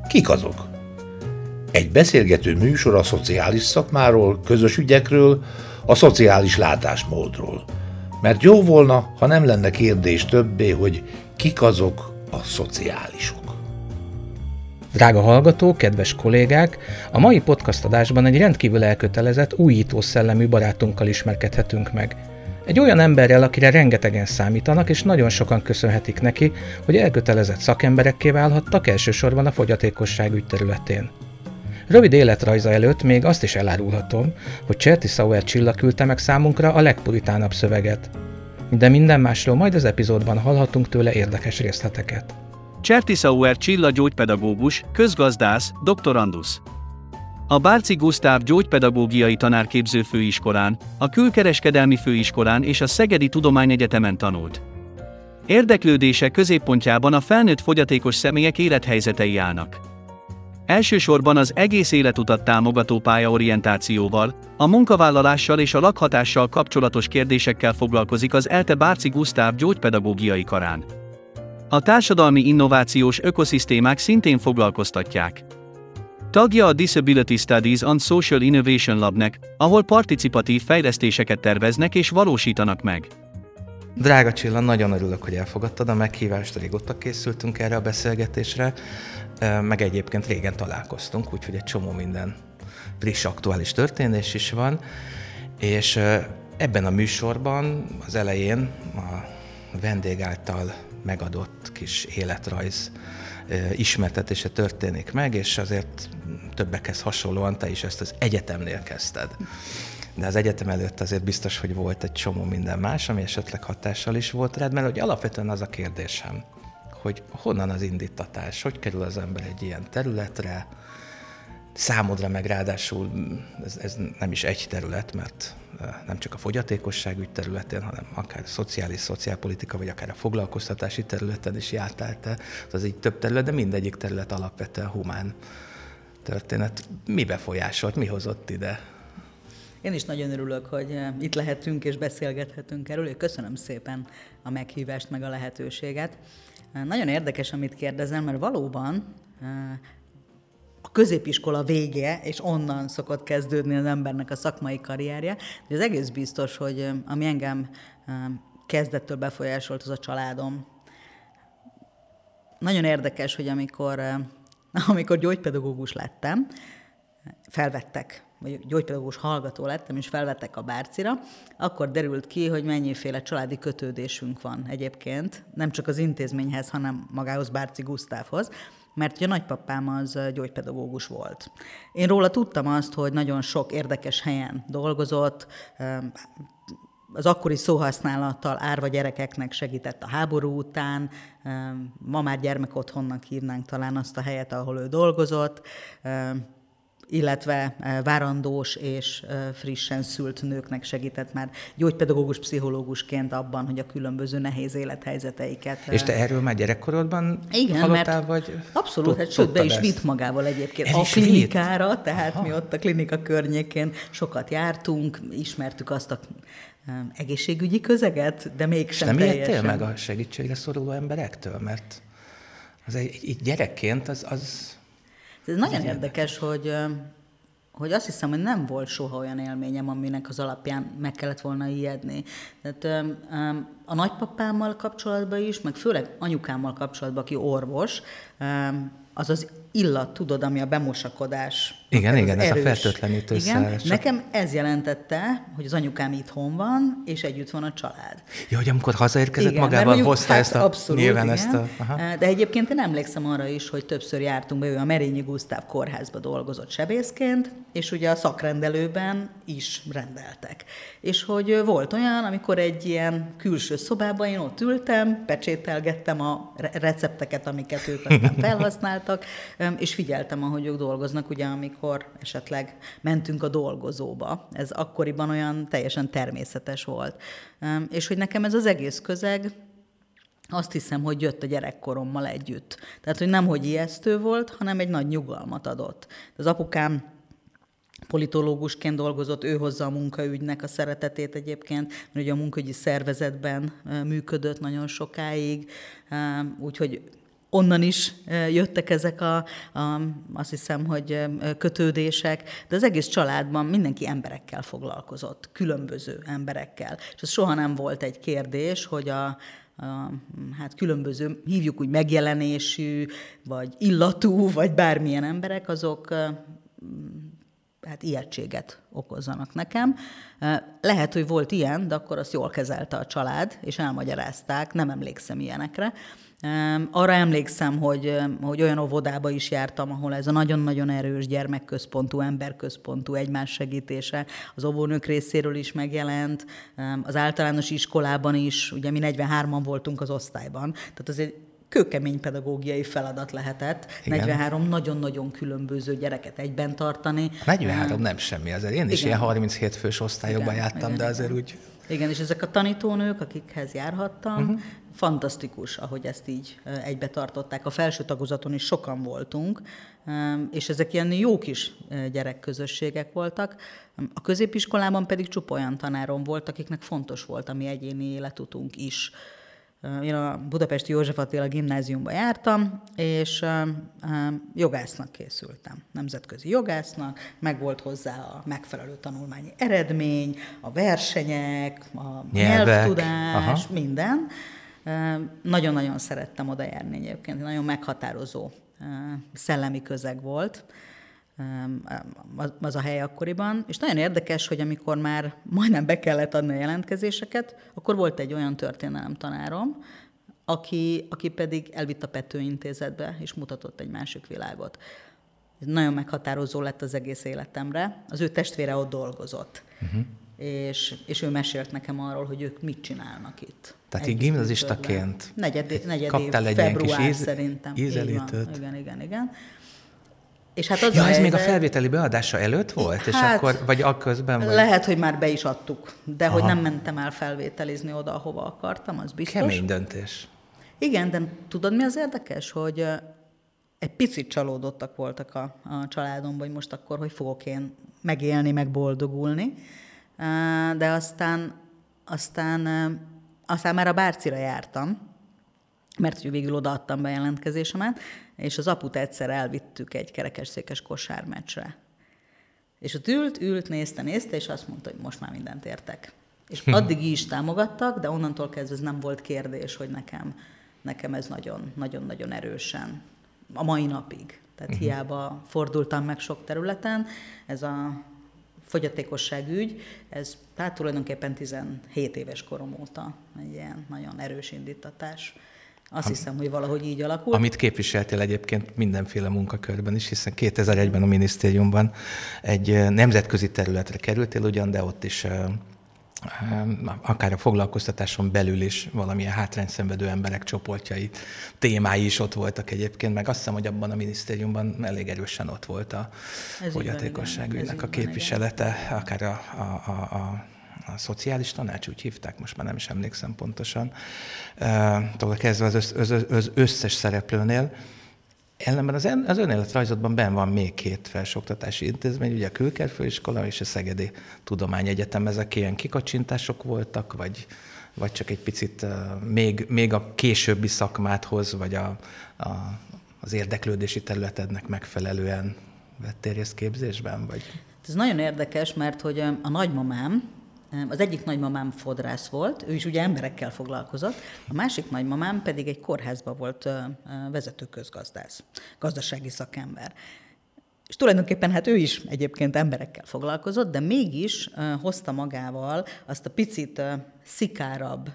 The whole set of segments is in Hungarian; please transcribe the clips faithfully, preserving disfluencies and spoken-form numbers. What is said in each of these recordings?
Kik azok? Egy beszélgető műsor a szociális szakmáról, közös ügyekről, a szociális látásmódról. Mert jó volna, ha nem lenne kérdés többé, hogy kik azok a szociálisok. Drága hallgatók, kedves kollégák! A mai podcast adásban egy rendkívül elkötelezett, újító szellemű barátunkkal ismerkedhetünk meg. Egy olyan emberrel, akire rengetegen számítanak, és nagyon sokan köszönhetik neki, hogy elkötelezett szakemberekké válhattak elsősorban a fogyatékosság ügy területén. Rövid életrajza előtt még azt is elárulhatom, hogy Cserti Sauer Csilla küldte meg számunkra a legpuritánabb szöveget. De minden másról majd az epizódban hallhatunk tőle érdekes részleteket. Cserti Sauer Csilla gyógypedagógus, közgazdász, doktorandusz. A Bárczy Gusztáv Gyógypedagógiai Tanárképző Főiskolán, a Külkereskedelmi Főiskolán és a Szegedi Tudományegyetemen tanult. Érdeklődése középpontjában a felnőtt fogyatékos személyek élethelyzetei állnak. Elsősorban az egész életutat támogató pályaorientációval, a munkavállalással és a lakhatással kapcsolatos kérdésekkel foglalkozik az ELTE Bárczy Gusztáv Gyógypedagógiai Karán. A társadalmi innovációs ökoszisztémák szintén foglalkoztatják. Tagja a Disability Studies and Social Innovation Labnek, ahol participatív fejlesztéseket terveznek és valósítanak meg. Drága Csilla, nagyon örülök, hogy elfogadtad a meghívást, régóta készültünk erre a beszélgetésre, meg egyébként régen találkoztunk, úgyhogy egy csomó minden friss, aktuális történés is van, és ebben a műsorban az elején a vendég által megadott kis életrajz ismertetése történik meg, és azért többekhez hasonlóan te is ezt az egyetemnél kezdted. De az egyetem előtt azért biztos, hogy volt egy csomó minden más, ami esetleg hatással is volt rád, mert hogy alapvetően az a kérdésem, hogy honnan az indítatás, hogy kerül az ember egy ilyen területre, számodra meg ráadásul ez, ez nem is egy terület, mert nem csak a fogyatékosságügy területén, hanem akár a szociális, szociálpolitika, vagy akár a foglalkoztatási területen is jártál te. Az így több terület, de mindegyik terület alapvetően humán történet. Mi befolyásolt, mi hozott ide? Én is nagyon örülök, hogy itt lehetünk és beszélgethetünk erről. Köszönöm szépen a meghívást, meg a lehetőséget. Nagyon érdekes, amit kérdezem, mert valóban a középiskola vége, és onnan szokott kezdődni az embernek a szakmai karrierje, de az egész biztos, hogy ami engem kezdettől befolyásolt, az a családom. Nagyon érdekes, hogy amikor, amikor gyógypedagógus lettem, felvettek, vagy gyógypedagógus hallgató lettem, és felvettek a Bárcyra, akkor derült ki, hogy mennyiféle családi kötődésünk van egyébként, nem csak az intézményhez, hanem magához, Bárczy Gusztávhoz, mert a nagypapám az gyógypedagógus volt. Én róla tudtam azt, hogy nagyon sok érdekes helyen dolgozott, az akkori szóhasználattal árva gyerekeknek segített a háború után, ma már gyermekotthonnak hívnánk talán azt a helyet, ahol ő dolgozott, illetve várandós és frissen szült nőknek segített már gyógypedagógus, pszichológusként abban, hogy a különböző nehéz élethelyzeteiket... És te erről már gyerekkorodban igen, hallottál, mert vagy... Abszolút, hát sőt, be is vitt magával egyébként a klinikára, vitt? Tehát aha. Mi ott a klinika környékén sokat jártunk, ismertük azt a egészségügyi közeget, de mégsem nem teljesen. Nem ijedtél meg a segítségre szoruló emberektől? Mert az egy, egy gyerekként az... az Ez nagyon érdekes, hogy, hogy azt hiszem, hogy nem volt soha olyan élményem, aminek az alapján meg kellett volna ijedni. Tehát a nagypapámmal kapcsolatban is, meg főleg anyukámmal kapcsolatban, aki orvos, az az illat, tudod, ami a bemosakodás. Igen, ez igen, ez erős. a fertőtlenítőszer. Igen, nekem ez jelentette, hogy az anyukám itthon van, és együtt van a család. Ja, hogy amikor hazaérkezett igen, magával hozta hát ezt a... Abszolút, nyilván igen. ezt a... Aha. De egyébként én emlékszem arra is, hogy többször jártunk be, ő a Merényi Gusztáv kórházba dolgozott sebészként, és ugye a szakrendelőben is rendeltek. És hogy volt olyan, amikor egy ilyen külső szobában én ott ültem, pecsételgettem a recepteket, amiket ők aztán felhasználtak, és figyeltem, ahogy ők dolgoznak, ugye, amikor esetleg mentünk a dolgozóba. Ez akkoriban olyan teljesen természetes volt. És hogy nekem ez az egész közeg, azt hiszem, hogy jött a gyerekkorommal együtt. Tehát, hogy nem, hogy ijesztő volt, hanem egy nagy nyugalmat adott. Az apukám politológusként dolgozott, ő hozza a munkaügynek a szeretetét egyébként, mert ugye a munkaügyi szervezetben működött nagyon sokáig, úgyhogy onnan is jöttek ezek a, a, azt hiszem, hogy kötődések, de az egész családban mindenki emberekkel foglalkozott, különböző emberekkel. És ez soha nem volt egy kérdés, hogy a, a hát különböző, hívjuk úgy megjelenésű, vagy illatú, vagy bármilyen emberek, azok hát ijegységet okozzanak nekem. Lehet, hogy volt ilyen, de akkor azt jól kezelte a család, és elmagyarázták, nem emlékszem ilyenekre. Arra emlékszem, hogy, hogy olyan óvodába is jártam, ahol ez a nagyon-nagyon erős gyermekközpontú, emberközpontú egymás segítése az óvónők részéről is megjelent, az általános iskolában is, ugye mi negyvenhárman voltunk az osztályban, tehát az egy kőkemény pedagógiai feladat lehetett. Igen. negyvenhárom nagyon-nagyon különböző gyereket egyben tartani. A negyvenhárom nem semmi, azért én is igen. ilyen harminchét fős osztályokban igen, jártam, igen, de azért igen. úgy... Igen, és ezek a tanítónők, akikhez járhattam, uh-huh. fantasztikus, ahogy ezt így egybe tartották. A felső tagozaton is sokan voltunk, és ezek ilyen jó kis gyerekközösségek voltak. A középiskolában pedig csupa olyan tanárom volt, akiknek fontos volt a mi egyéni életutunk is. Én a Budapesti József Attila gimnáziumba jártam, és jogásznak készültem, nemzetközi jogásznak, meg volt hozzá a megfelelő tanulmányi eredmény, a versenyek, a nyelvek, nyelvtudás, aha. minden. Nagyon-nagyon szerettem oda járni egyébként, nagyon meghatározó szellemi közeg volt az a hely akkoriban, és nagyon érdekes, hogy amikor már majdnem be kellett adni a jelentkezéseket, akkor volt egy olyan történelemtanárom, aki, aki pedig elvitt a Pető Intézetbe, és mutatott egy másik világot. Ez nagyon meghatározó lett az egész életemre. Az ő testvére ott dolgozott. Uh-huh. És, és ő mesélt nekem arról, hogy ők mit csinálnak itt. Tehát így gimnazistaként negyed, negyed év, február íz, szerintem. Ízelítőt. Igen, igen, igen. És hát az ja, a ez helyzet, még a felvételi beadása előtt volt? Hát, és akkor, vagy akközben? Vagy... Lehet, hogy már be is adtuk, de aha. hogy nem mentem el felvételizni oda, ahova akartam, az biztos. Kemény döntés. Igen, de tudod, mi az érdekes? Hogy egy picit csalódottak voltak a, a családomban, hogy most akkor, hogy fogok én megélni, meg boldogulni. De aztán, aztán, aztán már a Bárcira jártam, mert hogy végül odaadtam be jelentkezésemet, és az aput egyszer elvittük egy kerekesszékes kosármeccsre. És ott ült, ült, nézte, nézte, és azt mondta, hogy most már mindent értek. És addig is támogattak, de onnantól kezdve ez nem volt kérdés, hogy nekem, nekem ez nagyon-nagyon erősen, a mai napig. Tehát uh-huh. hiába fordultam meg sok területen, ez a fogyatékosság ügy, ez tehát tulajdonképpen tizenhét éves korom óta egy ilyen nagyon erős indítatás. Azt hiszem, hogy valahogy így alakult. Amit képviseltél egyébként mindenféle munkakörben is, hiszen kétezer-egyben a minisztériumban egy nemzetközi területre kerültél ugyan, de ott is akár a foglalkoztatáson belül is valamilyen hátrányszenvedő emberek csoportjai, témái is ott voltak egyébként, meg azt hiszem, hogy abban a minisztériumban elég erősen ott volt a fogyatékosságügynek a képviselete, igen. akár a, a, a, a a szociális tanács, úgy hívták, most már nem is emlékszem pontosan, uh, kezdve az, össz, az, az összes szereplőnél. Ellenben az, az önéletrajzodban benn van még két felsőoktatási intézmény, ugye a Külker-főiskola és a Szegedi Tudományegyetem. Ezek ilyen kikacsintások voltak, vagy, vagy csak egy picit uh, még, még a későbbi szakmádhoz, vagy a, a, az érdeklődési területednek megfelelően vettél részt képzésben? Vagy? Ez nagyon érdekes, mert hogy a nagymamám, az egyik nagymamám fodrász volt, ő is ugye emberekkel foglalkozott, a másik nagymamám pedig egy kórházban volt vezető közgazdász, gazdasági szakember. És tulajdonképpen hát ő is egyébként emberekkel foglalkozott, de mégis hozta magával azt a picit szikárabb,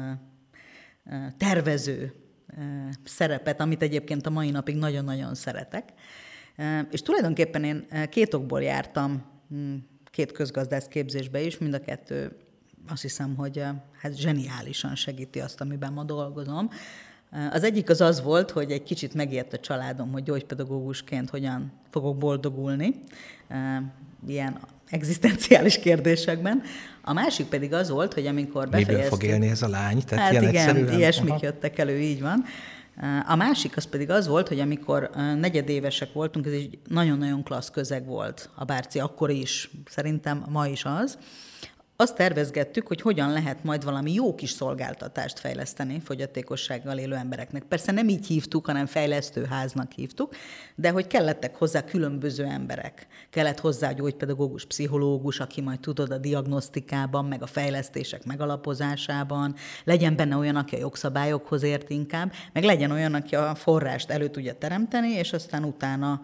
tervező szerepet, amit egyébként a mai napig nagyon-nagyon szeretek. És tulajdonképpen én két okból jártam két közgazdász képzésbe is, mind a kettő azt hiszem, hogy hát zseniálisan segíti azt, amiben ma dolgozom. Az egyik az az volt, hogy egy kicsit megért a családom, hogy gyógypedagógusként hogyan fogok boldogulni ilyen egzisztenciális kérdésekben. A másik pedig az volt, hogy amikor befejeztük... Miből fog élni ez a lány? Tehát hát ilyen igen, egyszerűen... ilyesmik Aha. jöttek elő, így van. A másik az pedig az volt, hogy amikor negyedévesek voltunk, ez egy nagyon-nagyon klassz közeg volt a Bárci, akkor is, szerintem ma is az. azt tervezgettük, hogy hogyan lehet majd valami jó kis szolgáltatást fejleszteni fogyatékossággal élő embereknek. Persze nem így hívtuk, hanem fejlesztőháznak hívtuk, de hogy kellettek hozzá különböző emberek. Kellett hozzá a gyógypedagógus, pszichológus, aki majd tudod a diagnosztikában, meg a fejlesztések megalapozásában, legyen benne olyan, aki a jogszabályokhoz ért inkább, meg legyen olyan, aki a forrást elő tudja teremteni, és aztán utána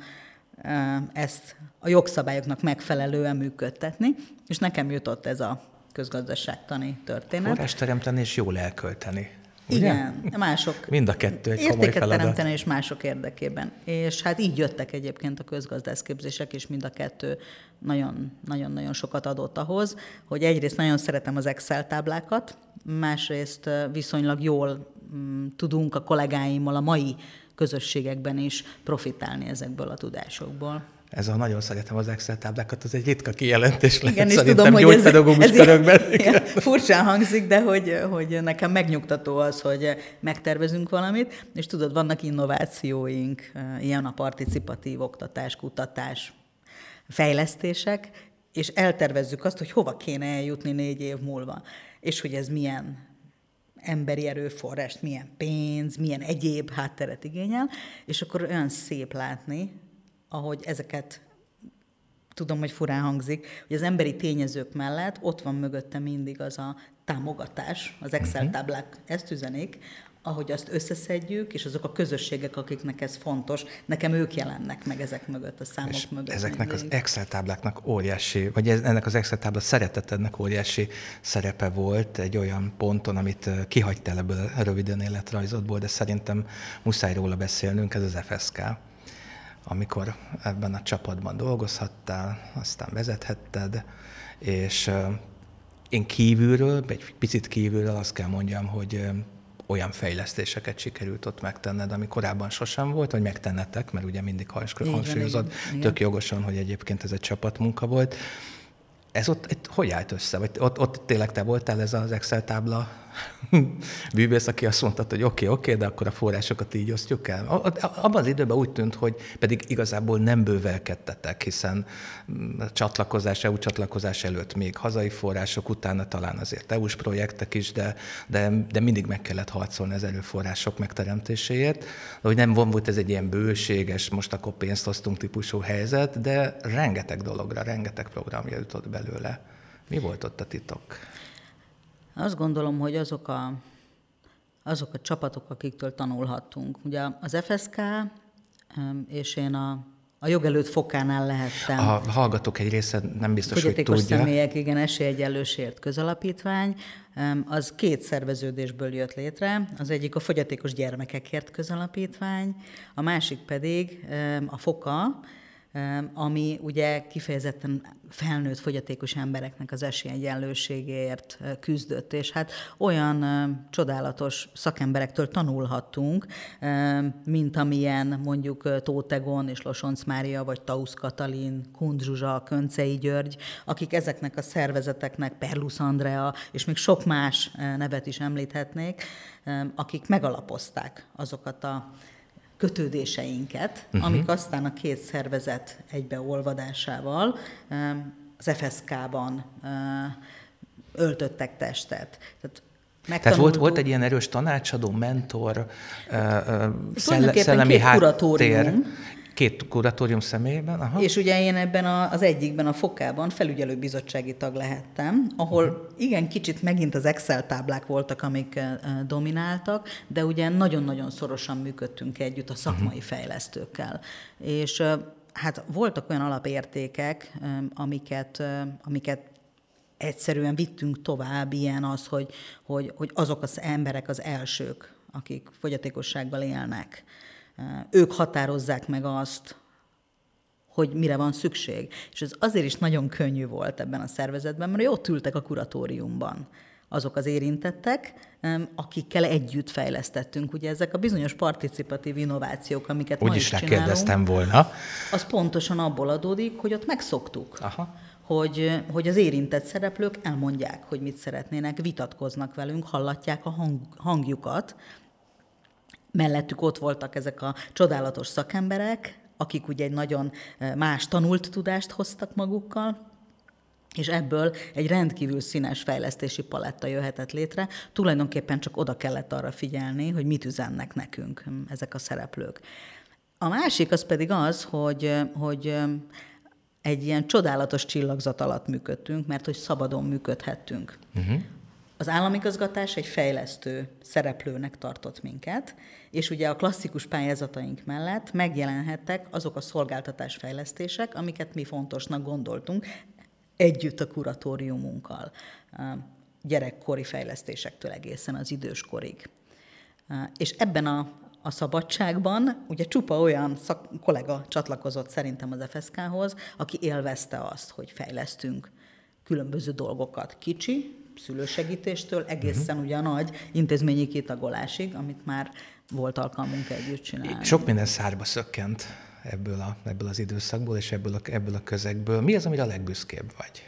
ezt a jogszabályoknak megfelelően működtetni, és nekem jutott ez a közgazdaságtani történet. Forrást teremteni és jól elkölteni. Ugye? Igen, mások. Mind a kettő egy komoly értéket feladat. teremteni és mások érdekében. És hát így jöttek egyébként a közgazdászképzések, és mind a kettő nagyon-nagyon sokat adott ahhoz, hogy egyrészt nagyon szeretem az Excel táblákat, másrészt viszonylag jól mm, tudunk a kollégáimmal a mai közösségekben is profitálni ezekből a tudásokból. Ez a nagyon szeretem az Excel táblákat, az egy ritka kijelentés lehet. Igen, és szerintem tudom, hogy gyógypedagógus ez, ez körökben. Igen, furcsán hangzik, de hogy, hogy nekem megnyugtató az, hogy megtervezünk valamit, és tudod, vannak innovációink, ilyen a participatív oktatás, kutatás, fejlesztések, és eltervezzük azt, hogy hova kéne eljutni négy év múlva, és hogy ez milyen emberi erőforrást, milyen pénz, milyen egyéb hátteret igényel, és akkor olyan szép látni, ahogy ezeket, tudom, hogy furán hangzik, hogy az emberi tényezők mellett ott van mögötte mindig az a támogatás, az Excel táblák ezt üzenik, ahogy azt összeszedjük, és azok a közösségek, akiknek ez fontos, nekem ők jelennek meg ezek mögött, a számok és mögött. ezeknek mindig. az Excel tábláknak óriási, vagy ez, ennek az Excel tábla szeretetednek óriási szerepe volt egy olyan ponton, amit kihagytál ebből a röviden életrajzodból, de szerintem muszáj róla beszélnünk, ez az ef es ká. Amikor ebben a csapatban dolgozhattál, aztán vezethetted, és én kívülről, egy picit kívülről azt kell mondjam, hogy olyan fejlesztéseket sikerült ott megtenned, ami korábban sosem volt, vagy megtennetek, mert ugye mindig hangsúlyozod tök jogosan, hogy egyébként ez egy csapatmunka volt. Ez ott, ott hogy állt össze? Vagy ott, ott tényleg te voltál ez az Excel tábla bűvész, aki azt mondta, hogy oké, okay, oké, okay, de akkor a forrásokat így osztjuk el? Abban az időben úgy tűnt, hogy pedig igazából nem bővelkedtetek, hiszen a csatlakozás, é u csatlakozás előtt még hazai források, utána talán azért é u-s projektek is, de, de, de mindig meg kellett harcolni az erőforrások megteremtéséért. De hogy nem volt ez egy ilyen bőséges, most akkor pénzt osztunk típusú helyzet, de rengeteg dologra, rengeteg programja jutott belőle. Mi volt ott a titok? Azt gondolom, hogy azok a, azok a csapatok, akiktől tanulhattunk. Ugye az ef es ká, és én a, a jogelőtt fokánál lehettem. A hallgatók egy része nem biztos, hogy tudja. Fogyatékos személyek, igen, Esélyegyenlőségért Közalapítvány, az két szerveződésből jött létre. Az egyik a Fogyatékos Gyermekekért Közalapítvány, a másik pedig a FOKA, ami ugye kifejezetten felnőtt fogyatékos embereknek az esélyegyenlőségéért küzdött, és hát olyan csodálatos szakemberektől tanulhattunk, mint amilyen mondjuk Tóth Egon és Losonc Mária, vagy Tausz Katalin, Kunt Zsuzsa, Köncei György, akik ezeknek a szervezeteknek, Perlusz Andrea, és még sok más nevet is említhetnék, akik megalapozták azokat a kötődéseinket, uh-huh. amik aztán a két szervezet egybeolvadásával az ef es ká-ban öltöttek testet. Tehát, Tehát volt, volt egy ilyen erős tanácsadó, mentor, szelle, szellemi két háttér. Kuratórium. Két kuratórium személyében? Aha. És ugye én ebben a, az egyikben, a Fokában felügyelőbizottsági tag lehettem, ahol uh-huh. igen, kicsit megint az Excel táblák voltak, amik uh, domináltak, de ugye nagyon-nagyon szorosan működtünk együtt a szakmai uh-huh. fejlesztőkkel. És uh, hát voltak olyan alapértékek, um, amiket, uh, amiket egyszerűen vittünk tovább, ilyen az, hogy, hogy, hogy azok az emberek az elsők, akik fogyatékossággal élnek. Ők határozzák meg azt, hogy mire van szükség. És ez azért is nagyon könnyű volt ebben a szervezetben, mert ott ültek a kuratóriumban azok az érintettek, akikkel együtt fejlesztettünk. Ugye ezek a bizonyos participatív innovációk, amiket Úgy ma is is csinálunk. rákérdeztem volna. Az pontosan abból adódik, hogy ott megszoktuk. Aha. Hogy, hogy az érintett szereplők elmondják, hogy mit szeretnének, vitatkoznak velünk, hallatják a hang, hangjukat. Mellettük ott voltak ezek a csodálatos szakemberek, akik ugye egy nagyon más tanult tudást hoztak magukkal, És ebből egy rendkívül színes fejlesztési paletta jöhetett létre. Tulajdonképpen csak oda kellett arra figyelni, hogy mit üzennek nekünk ezek a szereplők. A másik az pedig az, hogy, hogy egy ilyen csodálatos csillagzat alatt működtünk, mert hogy szabadon működhettünk. Uh-huh. Az államigazgatás egy fejlesztő szereplőnek tartott minket, és ugye a klasszikus pályázataink mellett megjelenhettek azok a szolgáltatásfejlesztések, amiket mi fontosnak gondoltunk, együtt a kuratóriumunkkal, gyerekkori fejlesztésektől egészen az időskorig. És ebben a, a szabadságban ugye csupa olyan szak, kollega csatlakozott szerintem az ef es ká-hoz, aki élvezte azt, hogy fejlesztünk különböző dolgokat kicsi, szülősegítéstől egészen uh-huh. ugye a nagy intézményi kitagolásig, amit már volt alkalmunk együtt csinálni. Sok minden szárba szökkent ebből, a, ebből az időszakból és ebből a, ebből a közegből. Mi az, amire a legbüszkébb vagy?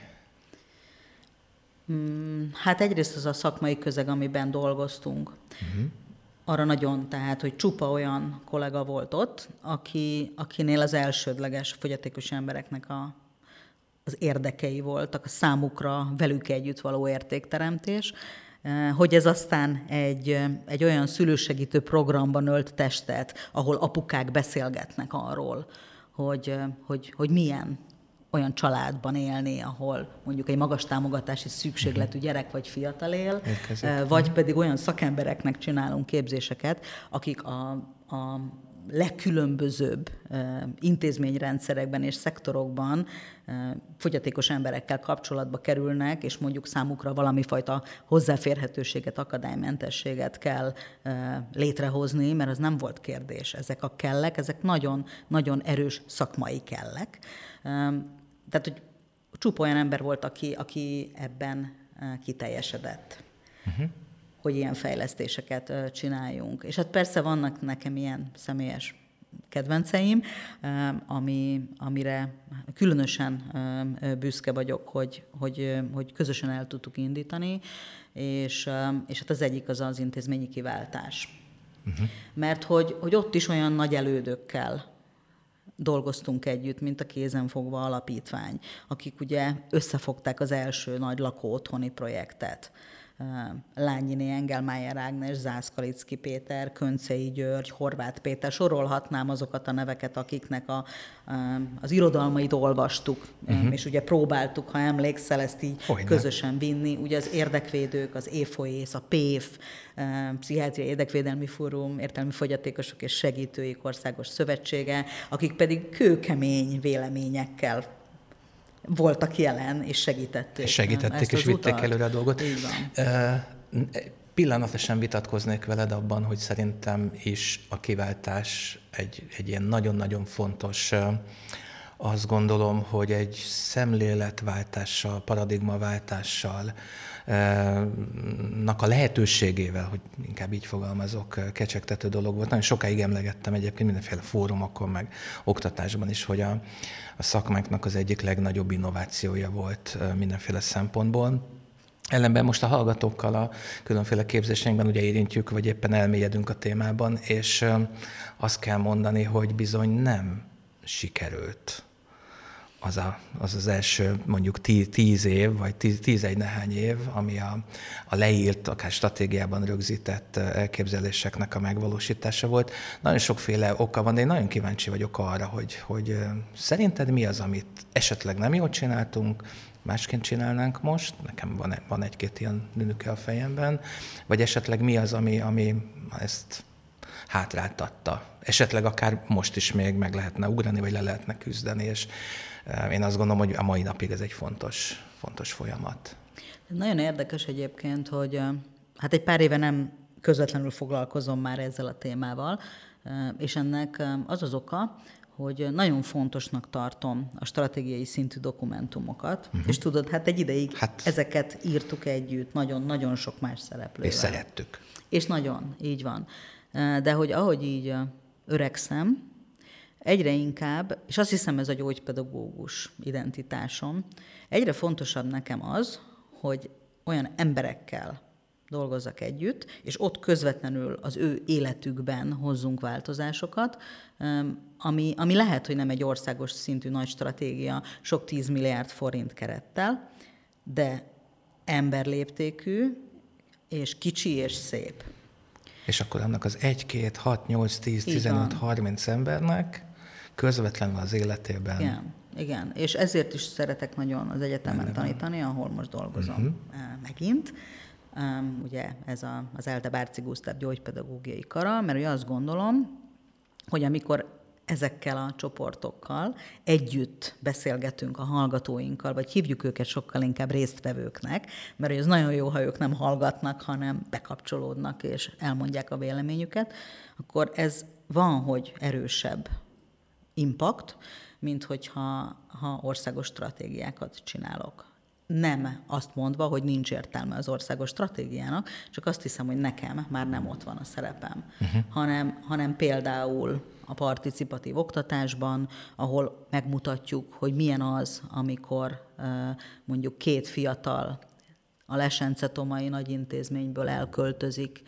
Hmm, hát egyrészt az a szakmai közeg, amiben dolgoztunk. Uh-huh. Arra nagyon, tehát, hogy csupa olyan kollega volt ott, aki, akinél az elsődleges fogyatékos embereknek a, az érdekei voltak, a számukra velük együtt való értékteremtés, hogy ez aztán egy, egy olyan szülősegítő programban ölt testet, ahol apukák beszélgetnek arról, hogy, hogy, hogy milyen olyan családban élni, ahol mondjuk egy magas támogatási szükségletű gyerek vagy fiatal él, Érkezik. vagy pedig olyan szakembereknek csinálunk képzéseket, akik a, a legkülönbözőbb intézményrendszerekben és szektorokban fogyatékos emberekkel kapcsolatba kerülnek, és mondjuk számukra valami fajta hozzáférhetőséget, akadálymentességet kell létrehozni, mert az nem volt kérdés. Ezek a kellek, ezek nagyon, nagyon erős szakmai kellek. Tehát, hogy csupa olyan ember volt, aki, aki ebben kiteljesedett. Uh-huh. Hogy ilyen fejlesztéseket csináljunk. És hát persze vannak nekem ilyen személyes kedvenceim, ami, amire különösen büszke vagyok, hogy, hogy, hogy közösen el tudtuk indítani, és, és hát az egyik az az intézményi kiváltás. Uh-huh. Mert hogy, hogy ott is olyan nagy elődökkel dolgoztunk együtt, mint a Kézenfogva Alapítvány, akik ugye összefogták az első nagy lakóotthoni projektet. Lányiné Engelmájer Ágnes, Zászkalicki Péter, Köncei György, Horváth Péter, sorolhatnám azokat a neveket, akiknek a, az irodalmait olvastuk, uh-huh. és ugye próbáltuk, ha emlékszel, ezt így Hogyne. közösen vinni. Ugye az érdekvédők, az éfoész, a péf, Pszichiátriai Érdekvédelmi Fórum, Értelmi Fogyatékosok és Segítőik Országos Szövetsége, akik pedig kőkemény véleményekkel voltak jelen, és segítették. És segítették, és vitték utat. Előre a dolgot. Így van. Uh, pillanatosan vitatkoznék veled abban, hogy szerintem is a kiváltás egy, egy ilyen nagyon-nagyon fontos, uh, azt gondolom, hogy egy szemléletváltással, paradigmaváltással, nak a lehetőségével, hogy inkább így fogalmazok, kecsegtető dolog volt. Nagyon sokáig emlegettem egyébként mindenféle fórumokon, meg oktatásban is, hogy a, a szakmánknak az egyik legnagyobb innovációja volt mindenféle szempontból. Ellenben most a hallgatókkal a különféle képzéseinkben ugye érintjük, vagy éppen elmélyedünk a témában, és azt kell mondani, hogy bizony nem sikerült az a, az, az első mondjuk tíz, tíz év, vagy tíz, tízegy nehány év, ami a, a leírt, akár stratégiában rögzített elképzeléseknek a megvalósítása volt. Nagyon sokféle oka van, de én nagyon kíváncsi vagyok arra, hogy, hogy szerinted mi az, amit esetleg nem jól csináltunk, másként csinálnánk most, nekem van, van egy-két ilyen nünüke a fejemben, vagy esetleg mi az, ami, ami ezt hátráltatta. Esetleg akár most is még meg lehetne ugrani, vagy le lehetne küzdeni, és én azt gondolom, hogy a mai napig ez egy fontos, fontos folyamat. Nagyon érdekes egyébként, hogy hát egy pár éve nem közvetlenül foglalkozom már ezzel a témával, és ennek az az oka, hogy nagyon fontosnak tartom a stratégiai szintű dokumentumokat, uh-huh. és tudod, hát egy ideig hát, ezeket írtuk együtt, nagyon-nagyon sok más szereplővel. És szerettük. És nagyon, így van. De hogy ahogy így öregszem, egyre inkább, és azt hiszem ez a gyógypedagógus identitásom, egyre fontosabb nekem az, hogy olyan emberekkel dolgozzak együtt, és ott közvetlenül az ő életükben hozzunk változásokat, ami, ami lehet, hogy nem egy országos szintű nagy stratégia, sok tízmilliárd forint kerettel, de emberléptékű, és kicsi és szép. És akkor annak az egy, két, hat, nyolc, tíz, tizenöt, harminc embernek közvetlenül az életében. Igen, igen. És ezért is szeretek nagyon az egyetemen Menne tanítani, ahol most dolgozom uh-huh. megint. Um, ugye ez a, az ELTE Bárczy Gusztáv gyógypedagógiai kara, mert ugye azt gondolom, hogy amikor ezekkel a csoportokkal együtt beszélgetünk a hallgatóinkkal, vagy hívjuk őket sokkal inkább résztvevőknek, mert az nagyon jó, ha ők nem hallgatnak, hanem bekapcsolódnak és elmondják a véleményüket, akkor ez van, hogy erősebb impact, mint hogyha ha országos stratégiákat csinálok. Nem azt mondva, hogy nincs értelme az országos stratégiának, csak azt hiszem, hogy nekem már nem ott van a szerepem, uh-huh. hanem, hanem például a participatív oktatásban, ahol megmutatjuk, hogy milyen az, amikor mondjuk két fiatal a Lesence-Tomai nagyintézményből elköltözik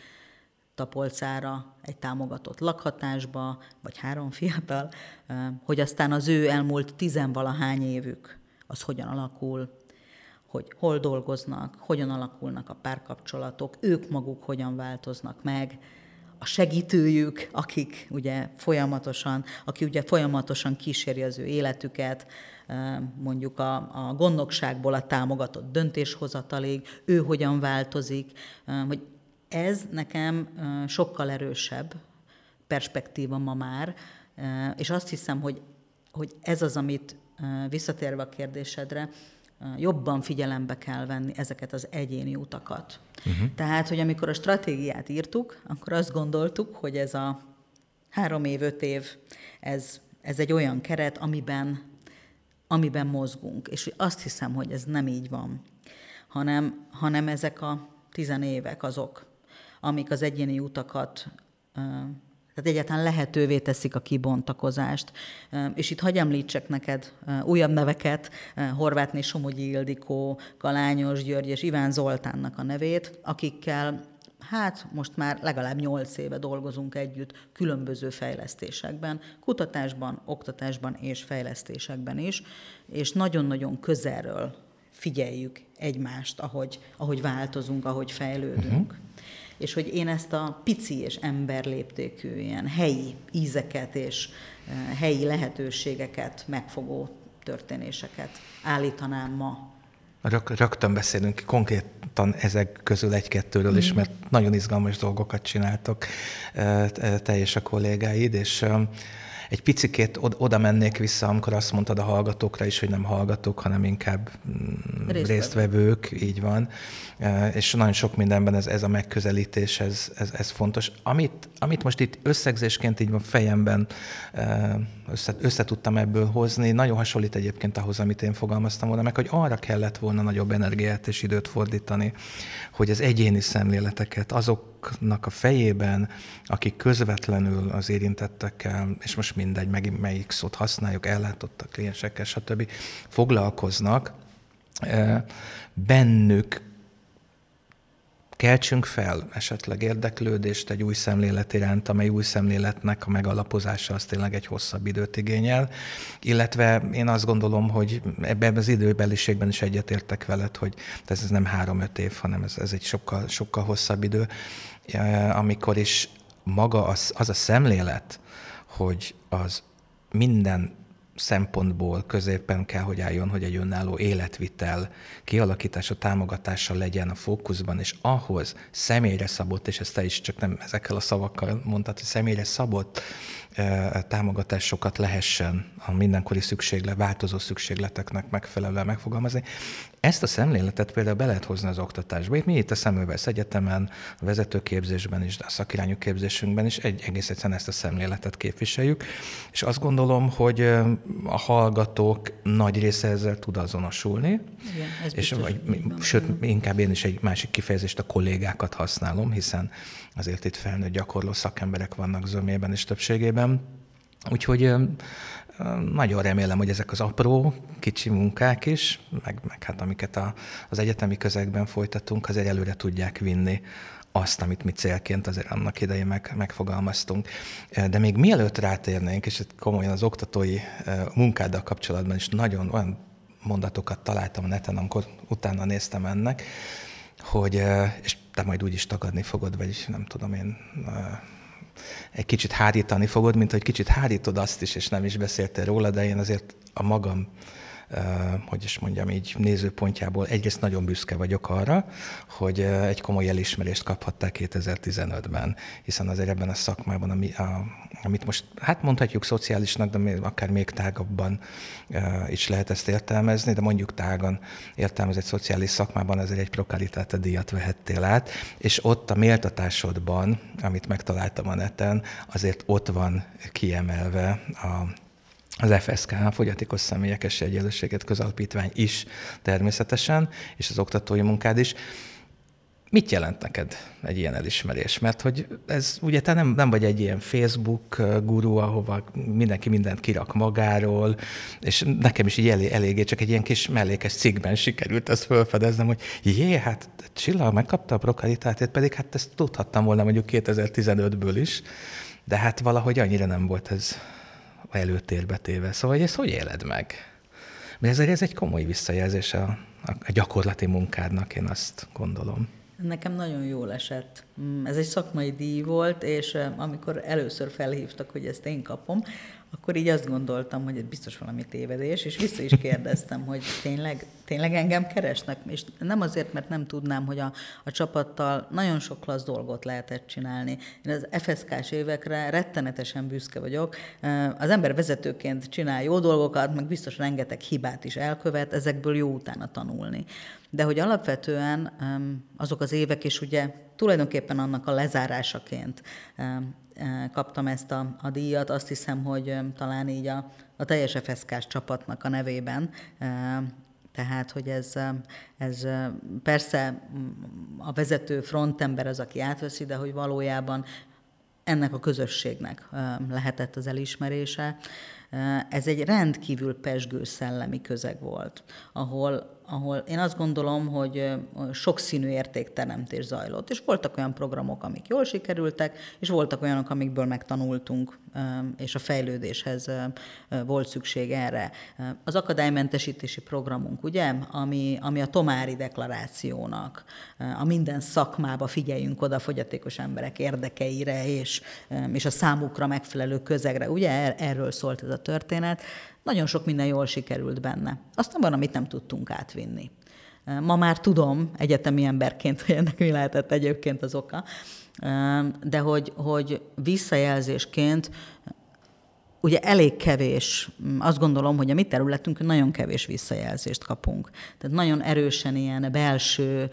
Tapolcára egy támogatott lakhatásba, vagy három fiatal, hogy aztán az ő elmúlt tizenvalahány évük az hogyan alakul, hogy hol dolgoznak, hogyan alakulnak a párkapcsolatok, ők maguk hogyan változnak meg, a segítőjük, akik ugye folyamatosan, aki ugye folyamatosan kíséri az ő életüket, mondjuk a, a gondnokságból a támogatott döntéshozatalig, ő hogyan változik, hogy ez nekem sokkal erősebb perspektíva ma már, és azt hiszem, hogy, hogy ez az, amit visszatérve a kérdésedre, jobban figyelembe kell venni ezeket az egyéni utakat. Uh-huh. Tehát, hogy amikor a stratégiát írtuk, akkor azt gondoltuk, hogy ez a három év, öt év, ez, ez egy olyan keret, amiben, amiben mozgunk. És azt hiszem, hogy ez nem így van, hanem, hanem ezek a tizenévek azok, amik az egyéni utakat, tehát egyáltalán lehetővé teszik a kibontakozást. És itt hadd említsek neked újabb neveket, Horvátné Somogyi Ildikó, Kalányos György és Iván Zoltánnak a nevét, akikkel hát most már legalább nyolc éve dolgozunk együtt különböző fejlesztésekben, kutatásban, oktatásban és fejlesztésekben is, és nagyon-nagyon közelről figyeljük egymást, ahogy, ahogy változunk, ahogy fejlődünk. Uh-huh. És hogy én ezt a pici és emberléptékű ilyen helyi ízeket és uh, helyi lehetőségeket megfogó történéseket állítanám ma. Rög, rögtön beszélünk konkrétan ezek közül egy-kettőről mm. is, mert nagyon izgalmas dolgokat csináltok te és a kollégáid, és egy picikét oda mennék vissza, amikor azt mondtad a hallgatókra is, hogy nem hallgatók, hanem inkább résztvevők, résztvevők így van. És nagyon sok mindenben ez, ez a megközelítés, ez, ez, ez fontos. Amit, amit most itt összegzésként így van fejemben össze, össze tudtam ebből hozni, nagyon hasonlít egyébként ahhoz, amit én fogalmaztam volna, meg hogy arra kellett volna nagyobb energiát és időt fordítani, hogy az egyéni szemléleteket azoknak a fejében, akik közvetlenül az érintettekkel, és most mindegy, meg melyik szót használjuk, ellátottak, kliensekkel, stb. Foglalkoznak, bennük keltsünk fel esetleg érdeklődést egy új szemlélet iránt, amely új szemléletnek a megalapozása az tényleg egy hosszabb időt igényel, illetve én azt gondolom, hogy ebben az időbeliségben is egyetértek veled, hogy ez nem három-öt év, hanem ez, ez egy sokkal, sokkal hosszabb idő, amikor is maga az, az a szemlélet, hogy az minden szempontból középen kell, hogy álljon, hogy egy önálló életvitel kialakítása, támogatása legyen a fókuszban, és ahhoz személyre szabott, és ezt te is csak nem ezekkel a szavakkal mondtad, hogy személyre szabott támogatásokat lehessen a mindenkori szükséglet, változó szükségleteknek megfelelően megfogalmazni. Ezt a szemléletet például be lehet hozni az oktatásba. Itt mi itt a Semmelweis Egyetemen, a vezetőképzésben is, de a szakirányú képzésünkben is egy, egész egyszerűen ezt a szemléletet képviseljük. És azt gondolom, hogy a hallgatók nagy része ezzel tud azonosulni. Igen, ez és vagy, sőt, inkább én is egy másik kifejezést, a kollégákat használom, hiszen azért itt felnőtt gyakorló szakemberek vannak zömében és többségében. Úgyhogy nagyon remélem, hogy ezek az apró, kicsi munkák is, meg, meg hát amiket a, az egyetemi közegben folytatunk, azért előre tudják vinni azt, amit mi célként azért annak idején meg, megfogalmaztunk. De még mielőtt rátérnénk, és komolyan az oktatói munkáddal kapcsolatban is nagyon olyan mondatokat találtam a neten, amikor utána néztem ennek, hogy, és te majd úgy is tagadni fogod, vagy nem tudom én, egy kicsit hárítani fogod, mint hogy kicsit hárítod azt is, és nem is beszéltél róla, de én azért a magam, hogy is mondjam így, nézőpontjából egyrészt nagyon büszke vagyok arra, hogy egy komoly elismerést kaphatták kétezer-tizenötben, hiszen azért ebben a szakmában, ami, a, amit most, hát mondhatjuk szociálisnak, de még, akár még tágabban is lehet ezt értelmezni, de mondjuk tágan értelmezett szociális szakmában azért egy Pro-Caritate díjat vehettél át, és ott a méltatásodban, amit megtaláltam a neten, azért ott van kiemelve a az ef es ká, a Fogyatékos Személyek Esélyegyenlőséget Közalapítvány is természetesen, és az oktatói munkád is. Mit jelent neked egy ilyen elismerés? Mert hogy ez, ugye te nem, nem vagy egy ilyen Facebook guru, ahova mindenki mindent kirak magáról, és nekem is így elég, eléggé csak egy ilyen kis mellékes cikkben sikerült ezt felfedeznem, hogy jé, hát Csilla megkapta a Pro-Caritatét, pedig hát ezt tudhattam volna mondjuk kétezer-tizenötből is, de hát valahogy annyira nem volt ez előtérbe téve. Szóval, hogy ezt hogy éled meg? Mert ez, ez egy komoly visszajelzés a, a gyakorlati munkádnak, én azt gondolom. Nekem nagyon jól esett. Ez egy szakmai díj volt, és amikor először felhívtak, hogy ezt én kapom, akkor így azt gondoltam, hogy ez biztos valami tévedés, és vissza is kérdeztem, hogy tényleg, tényleg engem keresnek, és nem azért, mert nem tudnám, hogy a, a csapattal nagyon sok klassz dolgot lehetett csinálni. Én az ef es ká-s évekre rettenetesen büszke vagyok. Az ember vezetőként csinál jó dolgokat, meg biztos rengeteg hibát is elkövet, ezekből jó utána tanulni. De hogy alapvetően azok az évek is ugye tulajdonképpen annak a lezárásaként kaptam ezt a, a díjat, azt hiszem, hogy talán így a, a teljes ef es ká-s csapatnak a nevében. Tehát, hogy ez, ez persze a vezető frontember az, aki átveszi, de hogy valójában ennek a közösségnek lehetett az elismerése. Ez egy rendkívül pezsgő szellemi közeg volt, ahol ahol én azt gondolom, hogy sokszínű értékteremtés zajlott, és voltak olyan programok, amik jól sikerültek, és voltak olyanok, amikből megtanultunk, és a fejlődéshez volt szükség erre. Az akadálymentesítési programunk, ugye, ami, ami a Tomári deklarációnak, a minden szakmába figyeljünk oda a fogyatékos emberek érdekeire, és, és a számukra megfelelő közegre, ugye, erről szólt ez a történet. Nagyon sok minden jól sikerült benne. Aztán van, amit nem tudtunk átvinni. Ma már tudom egyetemi emberként, hogy ennek mi lehetett egyébként az oka, de hogy, hogy visszajelzésként ugye elég kevés, azt gondolom, hogy a mi területünkön nagyon kevés visszajelzést kapunk. Tehát nagyon erősen ilyen belső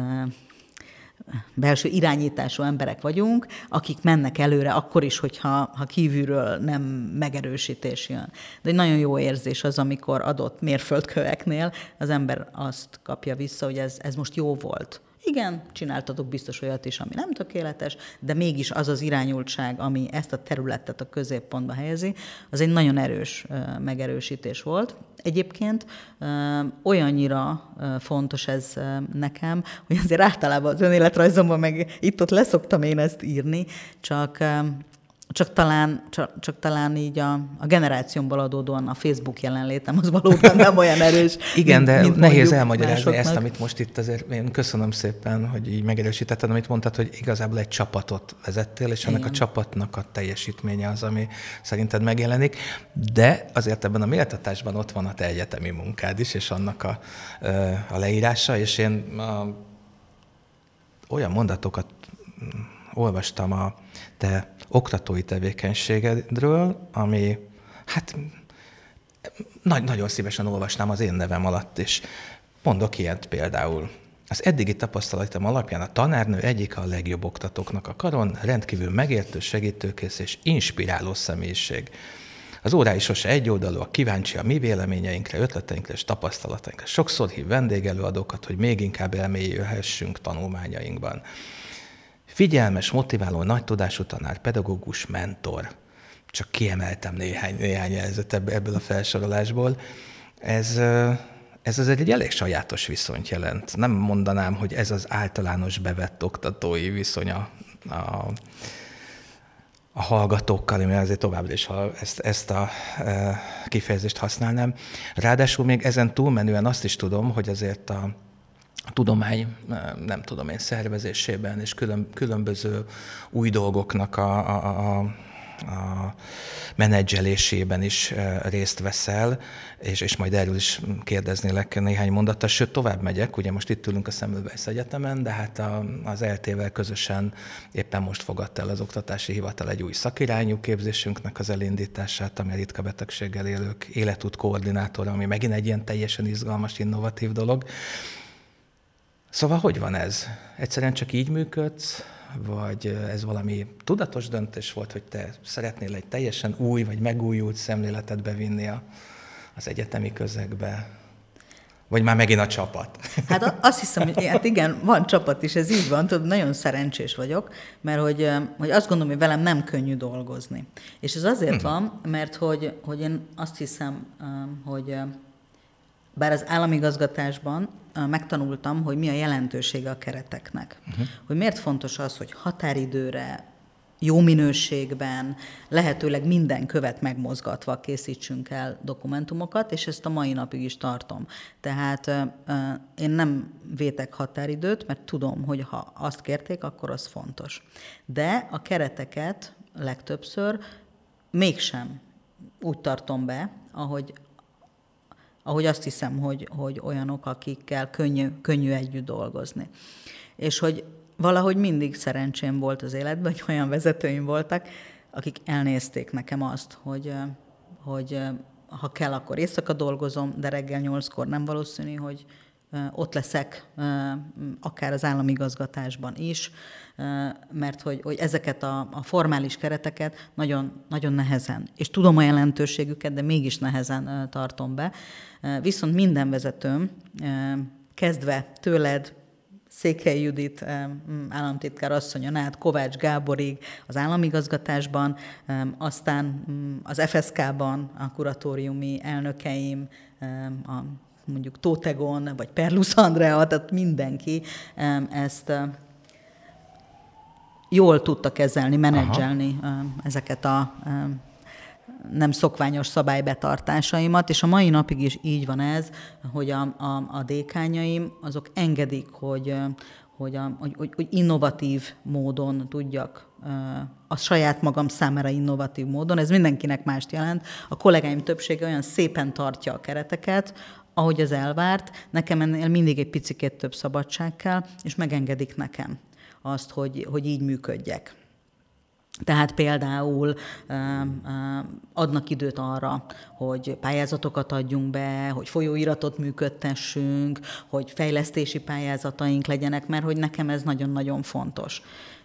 belső irányítású emberek vagyunk, akik mennek előre akkor is, hogyha ha kívülről nem megerősítés jön. De egy nagyon jó érzés az, amikor adott mérföldköveknél az ember azt kapja vissza, hogy ez, ez most jó volt. Igen, csináltatok biztos olyat is, ami nem tökéletes, de mégis az az irányultság, ami ezt a területet a középpontba helyezi, az egy nagyon erős megerősítés volt. Egyébként olyannyira fontos ez nekem, hogy azért általában az önéletrajzomban meg itt-ott leszoktam én ezt írni, csak... Csak talán, csak, csak talán így a, a generációmból adódóan a Facebook jelenlétem az valóban nem olyan erős. Igen, mint, de mint nehéz elmagyarázni másoknak. Ezt, amit most itt azért, én köszönöm szépen, hogy így megerősítetted, amit mondtad, hogy igazából egy csapatot vezettél, és ennek Igen. a csapatnak a teljesítménye az, ami szerinted megjelenik, de azért ebben a méltatásban ott van a te egyetemi munkád is, és annak a, a leírása, és én a, olyan mondatokat olvastam a te oktatói tevékenységedről, ami hát nagy, nagyon szívesen olvasnám az én nevem alatt is. Mondok ilyet például. Az eddigi tapasztalatom alapján a tanárnő egyik a legjobb oktatóknak a karon, rendkívül megértő, segítőkész és inspiráló személyiség. Az órái sose egyoldalúak, kíváncsi a mi véleményeinkre, ötleteinkre és tapasztalatainkra. Sokszor hív vendégelőadókat, hogy még inkább elmélyülhessünk tanulmányainkban. Figyelmes, motiváló, nagy tudású tanár, pedagógus, mentor. csak kiemeltem néhány, néhány jelzőt ebből a felsorolásból. Ez, ez azért egy elég sajátos viszonyt jelent. Nem mondanám, hogy ez az általános bevett oktatói viszony a, a, a hallgatókkal, én azért továbbra is ezt, ezt a e, kifejezést használnám. Ráadásul még ezen túlmenően azt is tudom, hogy azért a A tudomány, nem tudom én, szervezésében és külön, különböző új dolgoknak a, a, a, a menedzselésében is részt veszel, és, és majd erről is kérdeznélek néhány mondattal. Sőt, tovább megyek, ugye most itt ülünk a Semmelweis Egyetemen, de hát a, az é el té-vel közösen éppen most fogadta el az Oktatási Hivatal egy új szakirányú képzésünknek az elindítását, ami a ritka betegséggel élők életút koordinátora, ami megint egy ilyen teljesen izgalmas, innovatív dolog. Szóval hogy van ez? Egyszerűen csak így működsz, vagy ez valami tudatos döntés volt, hogy te szeretnél egy teljesen új vagy megújult szemléletet bevinni a, az egyetemi közegbe? Vagy már megint a csapat? Hát azt hiszem, hogy hát igen, van csapat is, ez így van, tudod, nagyon szerencsés vagyok, mert hogy, hogy azt gondolom, hogy velem nem könnyű dolgozni. És ez azért hmm. van, mert hogy, hogy én azt hiszem, hogy bár az államigazgatásban megtanultam, hogy mi a jelentősége a kereteknek. Uh-huh. Hogy miért fontos az, hogy határidőre, jó minőségben, lehetőleg minden követ megmozgatva készítsünk el dokumentumokat, és ezt a mai napig is tartom. Tehát én nem vétek határidőt, mert tudom, hogy ha azt kérték, akkor az fontos. De a kereteket legtöbbször mégsem úgy tartom be, ahogy ahogy azt hiszem, hogy, hogy olyanok, akikkel könnyű, könnyű együtt dolgozni. És hogy valahogy mindig szerencsém volt az életben, hogy olyan vezetőim voltak, akik elnézték nekem azt, hogy, hogy ha kell, akkor éjszaka dolgozom, de reggel nyolckor nem valószínű, hogy ott leszek akár az államigazgatásban is, mert hogy, hogy ezeket a, a formális kereteket nagyon, nagyon nehezen, és tudom a jelentőségüket, de mégis nehezen tartom be. Viszont minden vezetőm, kezdve tőled, Székely Judit államtitkár asszonyon át, Kovács Gáborig az államigazgatásban, aztán az ef es ká-ban a kuratóriumi elnökeim, a mondjuk Tótegon, vagy Perlusz Andrea, tehát mindenki ezt jól tudta kezelni, menedzselni Aha. ezeket a nem szokványos szabálybetartásaimat, és a mai napig is így van ez, hogy a, a, a dékányaim azok engedik, hogy, hogy, a, hogy, hogy innovatív módon tudjak, a saját magam számára innovatív módon, ez mindenkinek mást jelent. A kollégáim többsége olyan szépen tartja a kereteket, ahogy az elvárt, nekem ennél mindig egy picikét több szabadság kell, és megengedik nekem azt, hogy, hogy így működjek. Tehát például adnak időt arra, hogy pályázatokat adjunk be, hogy folyóiratot működtessünk, hogy fejlesztési pályázataink legyenek, mert hogy nekem ez nagyon-nagyon fontos.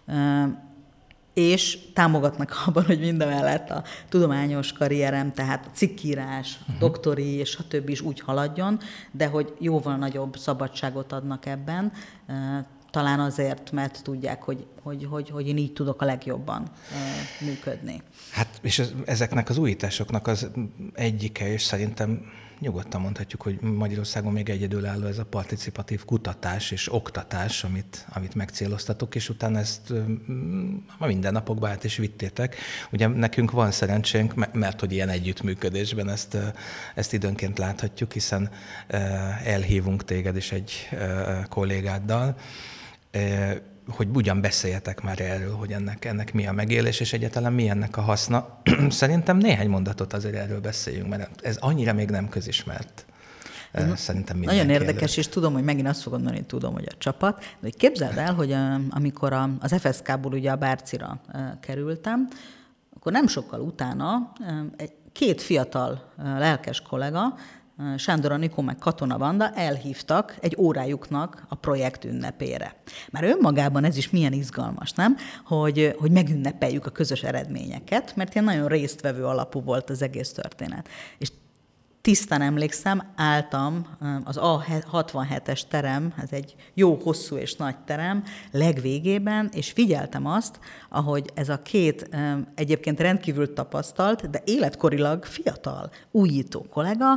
És támogatnak abban, hogy mindemellett a tudományos karrierem, tehát a cikkírás, uh-huh. doktori és a többi is úgy haladjon, de hogy jóval nagyobb szabadságot adnak ebben, talán azért, mert tudják, hogy, hogy, hogy, hogy én így tudok a legjobban uh, működni. Hát, és ez, ezeknek az újításoknak az egyike, és szerintem nyugodtan mondhatjuk, hogy Magyarországon még egyedülálló ez a participatív kutatás és oktatás, amit, amit megcéloztatok, és utána ezt a mindennapokban át is vittétek. Ugye nekünk van szerencsénk, mert hogy ilyen együttműködésben ezt, ezt időnként láthatjuk, hiszen elhívunk téged is egy kollégáddal, hogy ugyan beszéljetek már erről, hogy ennek, ennek mi a megélés, és egyáltalán mi ennek a haszna. Szerintem néhány mondatot azért erről beszéljünk, mert ez annyira még nem közismert. Ez Szerintem nagyon érdekes, előtt. És tudom, hogy megint azt fogod mondani, hogy tudom, hogy a csapat, de hogy képzeld el, hogy amikor az ef es ká-ból ugye a Bárcira kerültem, akkor nem sokkal utána egy, két fiatal lelkes kollega, Sándor Anikó meg Katona Vanda elhívtak egy órájuknak a projekt ünnepére. Már önmagában ez is milyen izgalmas, nem? Hogy, hogy megünnepeljük a közös eredményeket, mert ilyen nagyon résztvevő alapú volt az egész történet. És tisztán emlékszem, álltam az A hatvanhetes terem, ez egy jó, hosszú és nagy terem, legvégében, és figyeltem azt, ahogy ez a két egyébként rendkívül tapasztalt, de életkorilag fiatal, újító kollega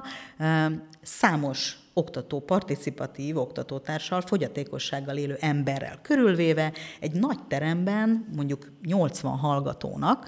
számos oktató, participatív oktatótársal, fogyatékossággal élő emberrel körülvéve egy nagy teremben, mondjuk nyolcvan hallgatónak,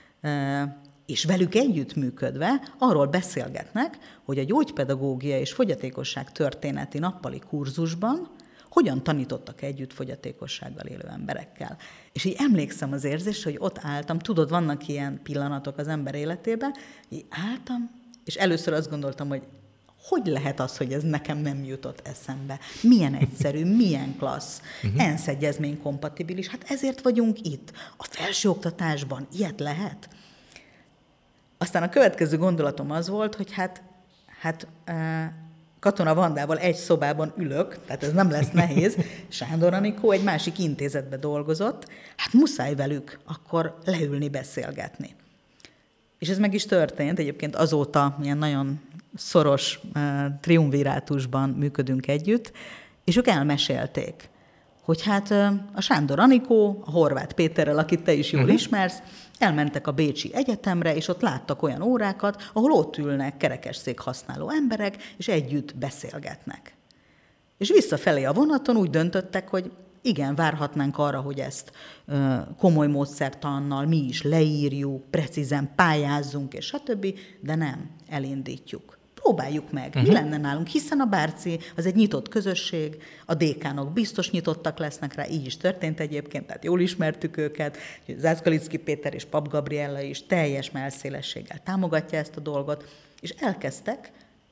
és velük együttműködve arról beszélgetnek, hogy a gyógypedagógia és fogyatékosság történeti nappali kurzusban hogyan tanítottak együtt fogyatékossággal élő emberekkel. És így emlékszem az érzésre, hogy ott álltam, tudod, vannak ilyen pillanatok az ember életében, így álltam, és először azt gondoltam, hogy hogy lehet az, hogy ez nekem nem jutott eszembe? Milyen egyszerű, milyen klassz, uh-huh. ENSZ egyezmény kompatibilis, hát ezért vagyunk itt. A felsőoktatásban ilyet lehet? Aztán a következő gondolatom az volt, hogy hát, hát Katona Vandával egy szobában ülök, tehát ez nem lesz nehéz, Sándor Anikó egy másik intézetbe dolgozott, hát muszáj velük akkor leülni, beszélgetni. És ez meg is történt, egyébként azóta ilyen nagyon szoros uh, triumvirátusban működünk együtt, és ők elmesélték, hogy hát uh, a Sándor Anikó, a Horváth Péterrel, akit te is jól uh-huh. ismersz, elmentek a Bécsi Egyetemre, és ott láttak olyan órákat, ahol ott ülnek kerekesszék használó emberek, és együtt beszélgetnek. És visszafelé a vonaton úgy döntöttek, hogy igen, várhatnánk arra, hogy ezt ö, komoly módszertannal mi is leírjuk, precízen pályázzunk, és stb., de nem, elindítjuk. Próbáljuk meg, uh-huh. mi lenne nálunk, hiszen a Bárci az egy nyitott közösség, a dékánok biztos nyitottak lesznek rá, így is történt egyébként, tehát jól ismertük őket, Zászkalicki Péter és Pap Gabriella is teljes mellszélességgel támogatja ezt a dolgot, és elkezdtek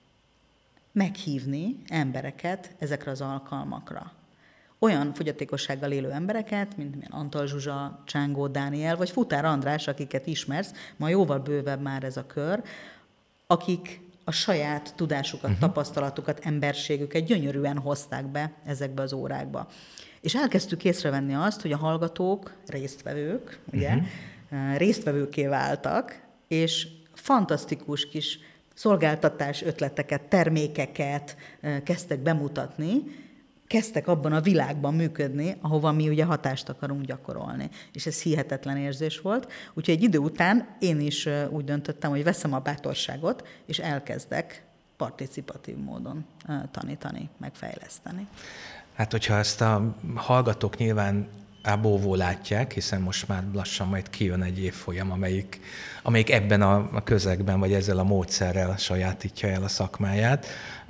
meghívni embereket ezekre az alkalmakra. Olyan fogyatékossággal élő embereket, mint Antal Zsuzsa, Csángó Dániel, vagy Futár András, akiket ismersz, ma jóval bővebb már ez a kör, akik a saját tudásukat, uh-huh. tapasztalatukat, emberségüket gyönyörűen hozták be ezekbe az órákba. És elkezdtük észrevenni azt, hogy a hallgatók, résztvevők, ugye, uh-huh. résztvevőké váltak, és fantasztikus kis szolgáltatás ötleteket, termékeket kezdtek bemutatni, kezdtek abban a világban működni, ahova mi ugye hatást akarunk gyakorolni. És ez hihetetlen érzés volt. Úgyhogy egy idő után én is úgy döntöttem, hogy veszem a bátorságot, és elkezdek participatív módon tanítani, megfejleszteni. Hát, hogyha ezt a hallgatók nyilván ábóvó látják, hiszen most már lassan majd kijön egy évfolyam, amelyik, amelyik ebben a közegben, vagy ezzel a módszerrel sajátítja el a szakmáját,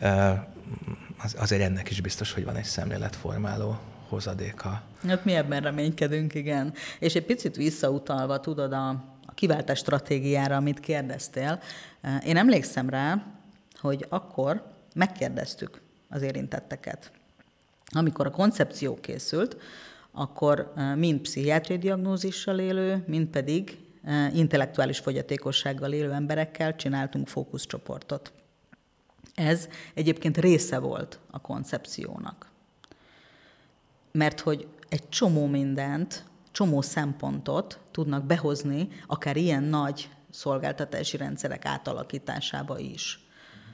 Az, azért ennek is biztos, hogy van egy szemléletformáló hozadéka. Hát mi ebben reménykedünk, igen. És egy picit visszautalva, tudod, a, a kiváltás stratégiára, amit kérdeztél, én emlékszem rá, hogy akkor megkérdeztük az érintetteket. Amikor a koncepció készült, akkor mind pszichiátriai diagnózissal élő, mind pedig intellektuális fogyatékossággal élő emberekkel csináltunk fókuszcsoportot. Ez egyébként része volt a koncepciónak. Mert hogy egy csomó mindent, csomó szempontot tudnak behozni, akár ilyen nagy szolgáltatási rendszerek átalakításába is.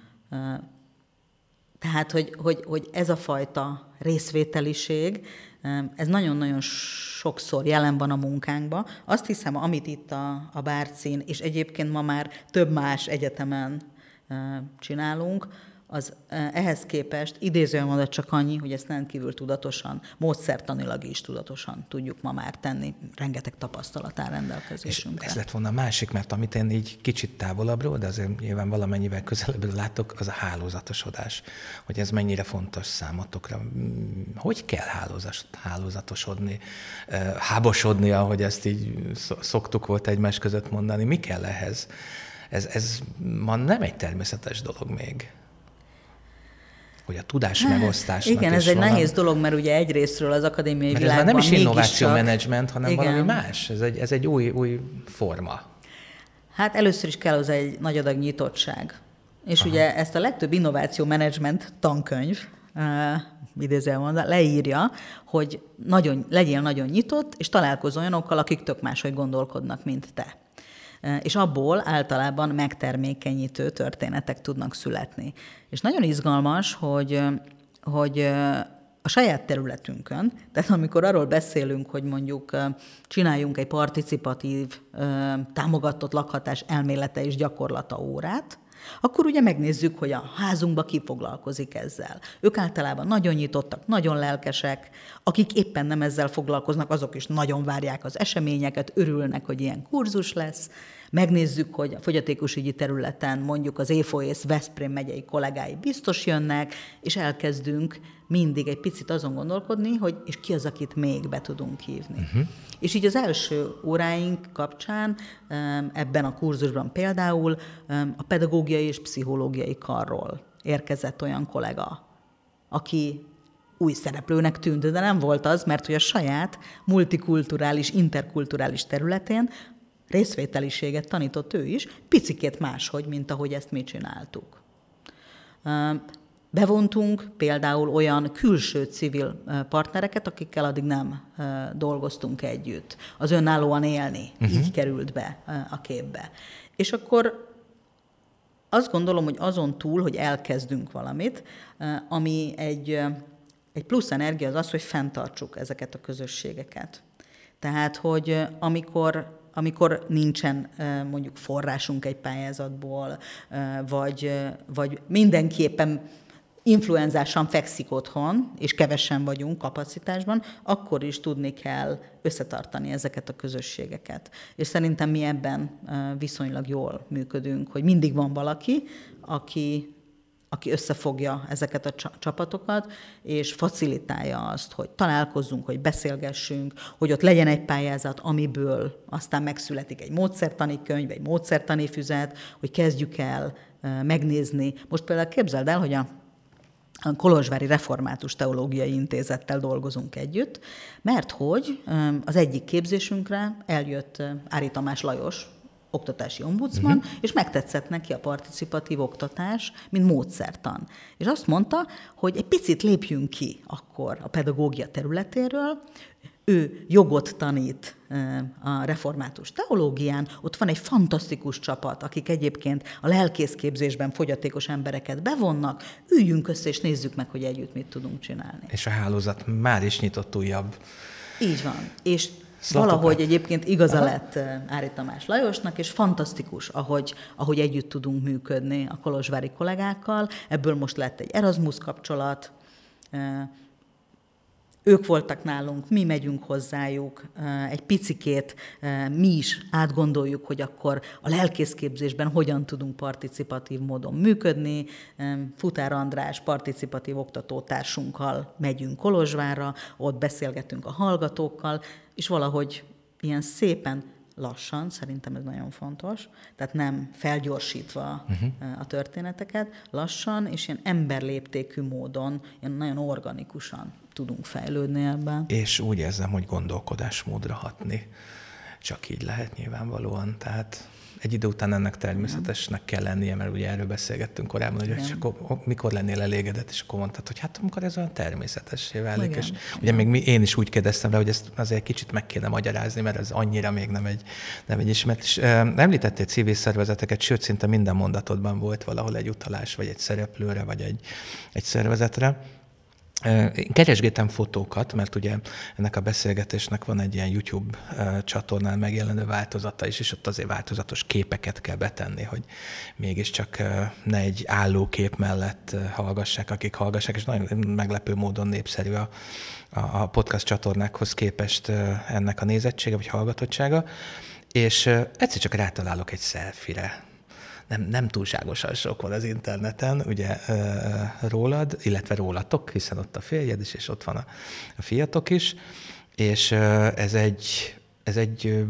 Tehát, hogy, hogy, hogy ez a fajta részvételiség, ez nagyon-nagyon sokszor jelen van a munkánkban. Azt hiszem, amit itt a, a Bárcin, és egyébként ma már több más egyetemen csinálunk, az ehhez képest idézőjelmondat csak annyi, hogy ezt rendkívül tudatosan, módszertanilag is tudatosan tudjuk ma már tenni. Rengeteg tapasztalat áll rendelkezésünkre. És ez lett volna a másik, mert amit én így kicsit távolabbról, de azért nyilván valamennyivel közelebbről látok, az a hálózatosodás. Hogy ez mennyire fontos számotokra. Hogy kell hálózatosodni, hábosodni, ahogy ezt így szoktuk volt egymás között mondani. Mi kell ehhez? Ez, ez ma nem egy természetes dolog még. Hogy a tudás hát, megosztásnak igen, ez egy valami... nehéz dolog, mert ugye egyrésztről az akadémiai mert világban ez nem is innovációmenedzsment, hanem igen. valami más. Ez egy, ez egy új, új forma. Hát először is kell hozzá egy nagy adag nyitottság. És Aha. ugye ezt a legtöbb innovációmenedzsment tankönyv, uh, idézőjelmondat, leírja, hogy nagyon, legyél nagyon nyitott, és találkozz olyanokkal, akik tök máshogy gondolkodnak, mint te. És abból általában megtermékenyítő történetek tudnak születni. És nagyon izgalmas, hogy, hogy a saját területünkön, tehát amikor arról beszélünk, hogy mondjuk csináljunk egy participatív, támogatott lakhatás elmélete és gyakorlata órát, akkor ugye megnézzük, hogy a házunkban ki foglalkozik ezzel. Ők általában nagyon nyitottak, nagyon lelkesek, akik éppen nem ezzel foglalkoznak, azok is nagyon várják az eseményeket, örülnek, hogy ilyen kurzus lesz. Megnézzük, hogy a fogyatékosügyi területen mondjuk az éfoész Veszprém megyei kollégái biztos jönnek, és elkezdünk mindig egy picit azon gondolkodni, hogy és ki az, akit még be tudunk hívni. Uh-huh. És így az első óráink kapcsán ebben a kurzusban például a pedagógiai és pszichológiai karról érkezett olyan kollega, aki új szereplőnek tűnt, de nem volt az, mert hogy a saját multikulturális, interkulturális területén részvételiséget tanított ő is, picikét máshogy, mint ahogy ezt mi csináltuk. Bevontunk például olyan külső civil partnereket, akikkel addig nem dolgoztunk együtt. Az önállóan élni, uh-huh. így került be a képbe. És akkor azt gondolom, hogy azon túl, hogy elkezdünk valamit, ami egy, egy plusz energia az az, hogy fenntartsuk ezeket a közösségeket. Tehát, hogy amikor amikor nincsen mondjuk forrásunk egy pályázatból, vagy, vagy mindenképpen influenzásan fekszik otthon, és kevesen vagyunk kapacitásban, akkor is tudni kell összetartani ezeket a közösségeket. És szerintem mi ebben viszonylag jól működünk, hogy mindig van valaki, aki, aki összefogja ezeket a csapatokat, és facilitálja azt, hogy találkozzunk, hogy beszélgessünk, hogy ott legyen egy pályázat, amiből aztán megszületik egy módszertani könyv, egy módszertani füzet, hogy kezdjük el megnézni. Most például képzeld el, hogy a a Kolozsvári Református Teológiai Intézettel dolgozunk együtt, mert hogy az egyik képzésünkre eljött Ári Tamás Lajos, oktatási ombudsman, uh-huh. és megtetszett neki a participatív oktatás, mint módszertan. És azt mondta, hogy egy picit lépjünk ki akkor a pedagógia területéről, ő jogot tanít a református teológián, ott van egy fantasztikus csapat, akik egyébként a lelkészképzésben fogyatékos embereket bevonnak, üljünk össze és nézzük meg, hogy együtt mit tudunk csinálni. És a hálózat már is nyitott újabb. Így van. És szlatokat. Valahogy egyébként igaza Aha. lett Ári Tamás Lajosnak, és fantasztikus, ahogy, ahogy együtt tudunk működni a kolozsvári kollégákkal. Ebből most lett egy Erasmus kapcsolat, ők voltak nálunk, mi megyünk hozzájuk, egy picikét mi is átgondoljuk, hogy akkor a lelkészképzésben hogyan tudunk participatív módon működni. Futár András participatív oktatótársunkkal megyünk Kolozsvárra, ott beszélgetünk a hallgatókkal, és valahogy ilyen szépen lassan, szerintem ez nagyon fontos, tehát nem felgyorsítva uh-huh. a történeteket, lassan és ilyen emberléptékű módon, ilyen nagyon organikusan tudunk fejlődni ebben. És úgy érzem, hogy gondolkodásmódra hatni. Csak így lehet nyilvánvalóan. Tehát egy idő után ennek természetesnek kell lennie, mert ugye erről beszélgettünk korábban, hogy és akkor, mikor lennél elégedett, és akkor mondtad, hogy hát amikor ez olyan természetessé válik. És ugye még mi, én is úgy kérdeztem rá, hogy ezt azért kicsit meg kéne magyarázni, mert ez annyira még nem egy, nem egy ismert. És, eh, említettél civil szervezeteket, sőt, szinte minden mondatodban volt valahol egy utalás, vagy egy szereplőre, vagy egy, egy szervezetre. Én keresgéltem fotókat, mert ugye ennek a beszélgetésnek van egy ilyen YouTube csatornán megjelenő változata is, és ott azért változatos képeket kell betenni, hogy mégiscsak ne egy álló kép mellett hallgassák, akik hallgassák, és nagyon meglepő módon népszerű a, a podcast csatornákhoz képest ennek a nézettsége, vagy hallgatottsága, és egyszer csak rátalálok egy selfie-re. Nem, nem túlságosan sok van az interneten, ugye rólad, illetve rólatok, hiszen ott a férjed is, és ott van a, a fiatok is, és ez egy, ez egy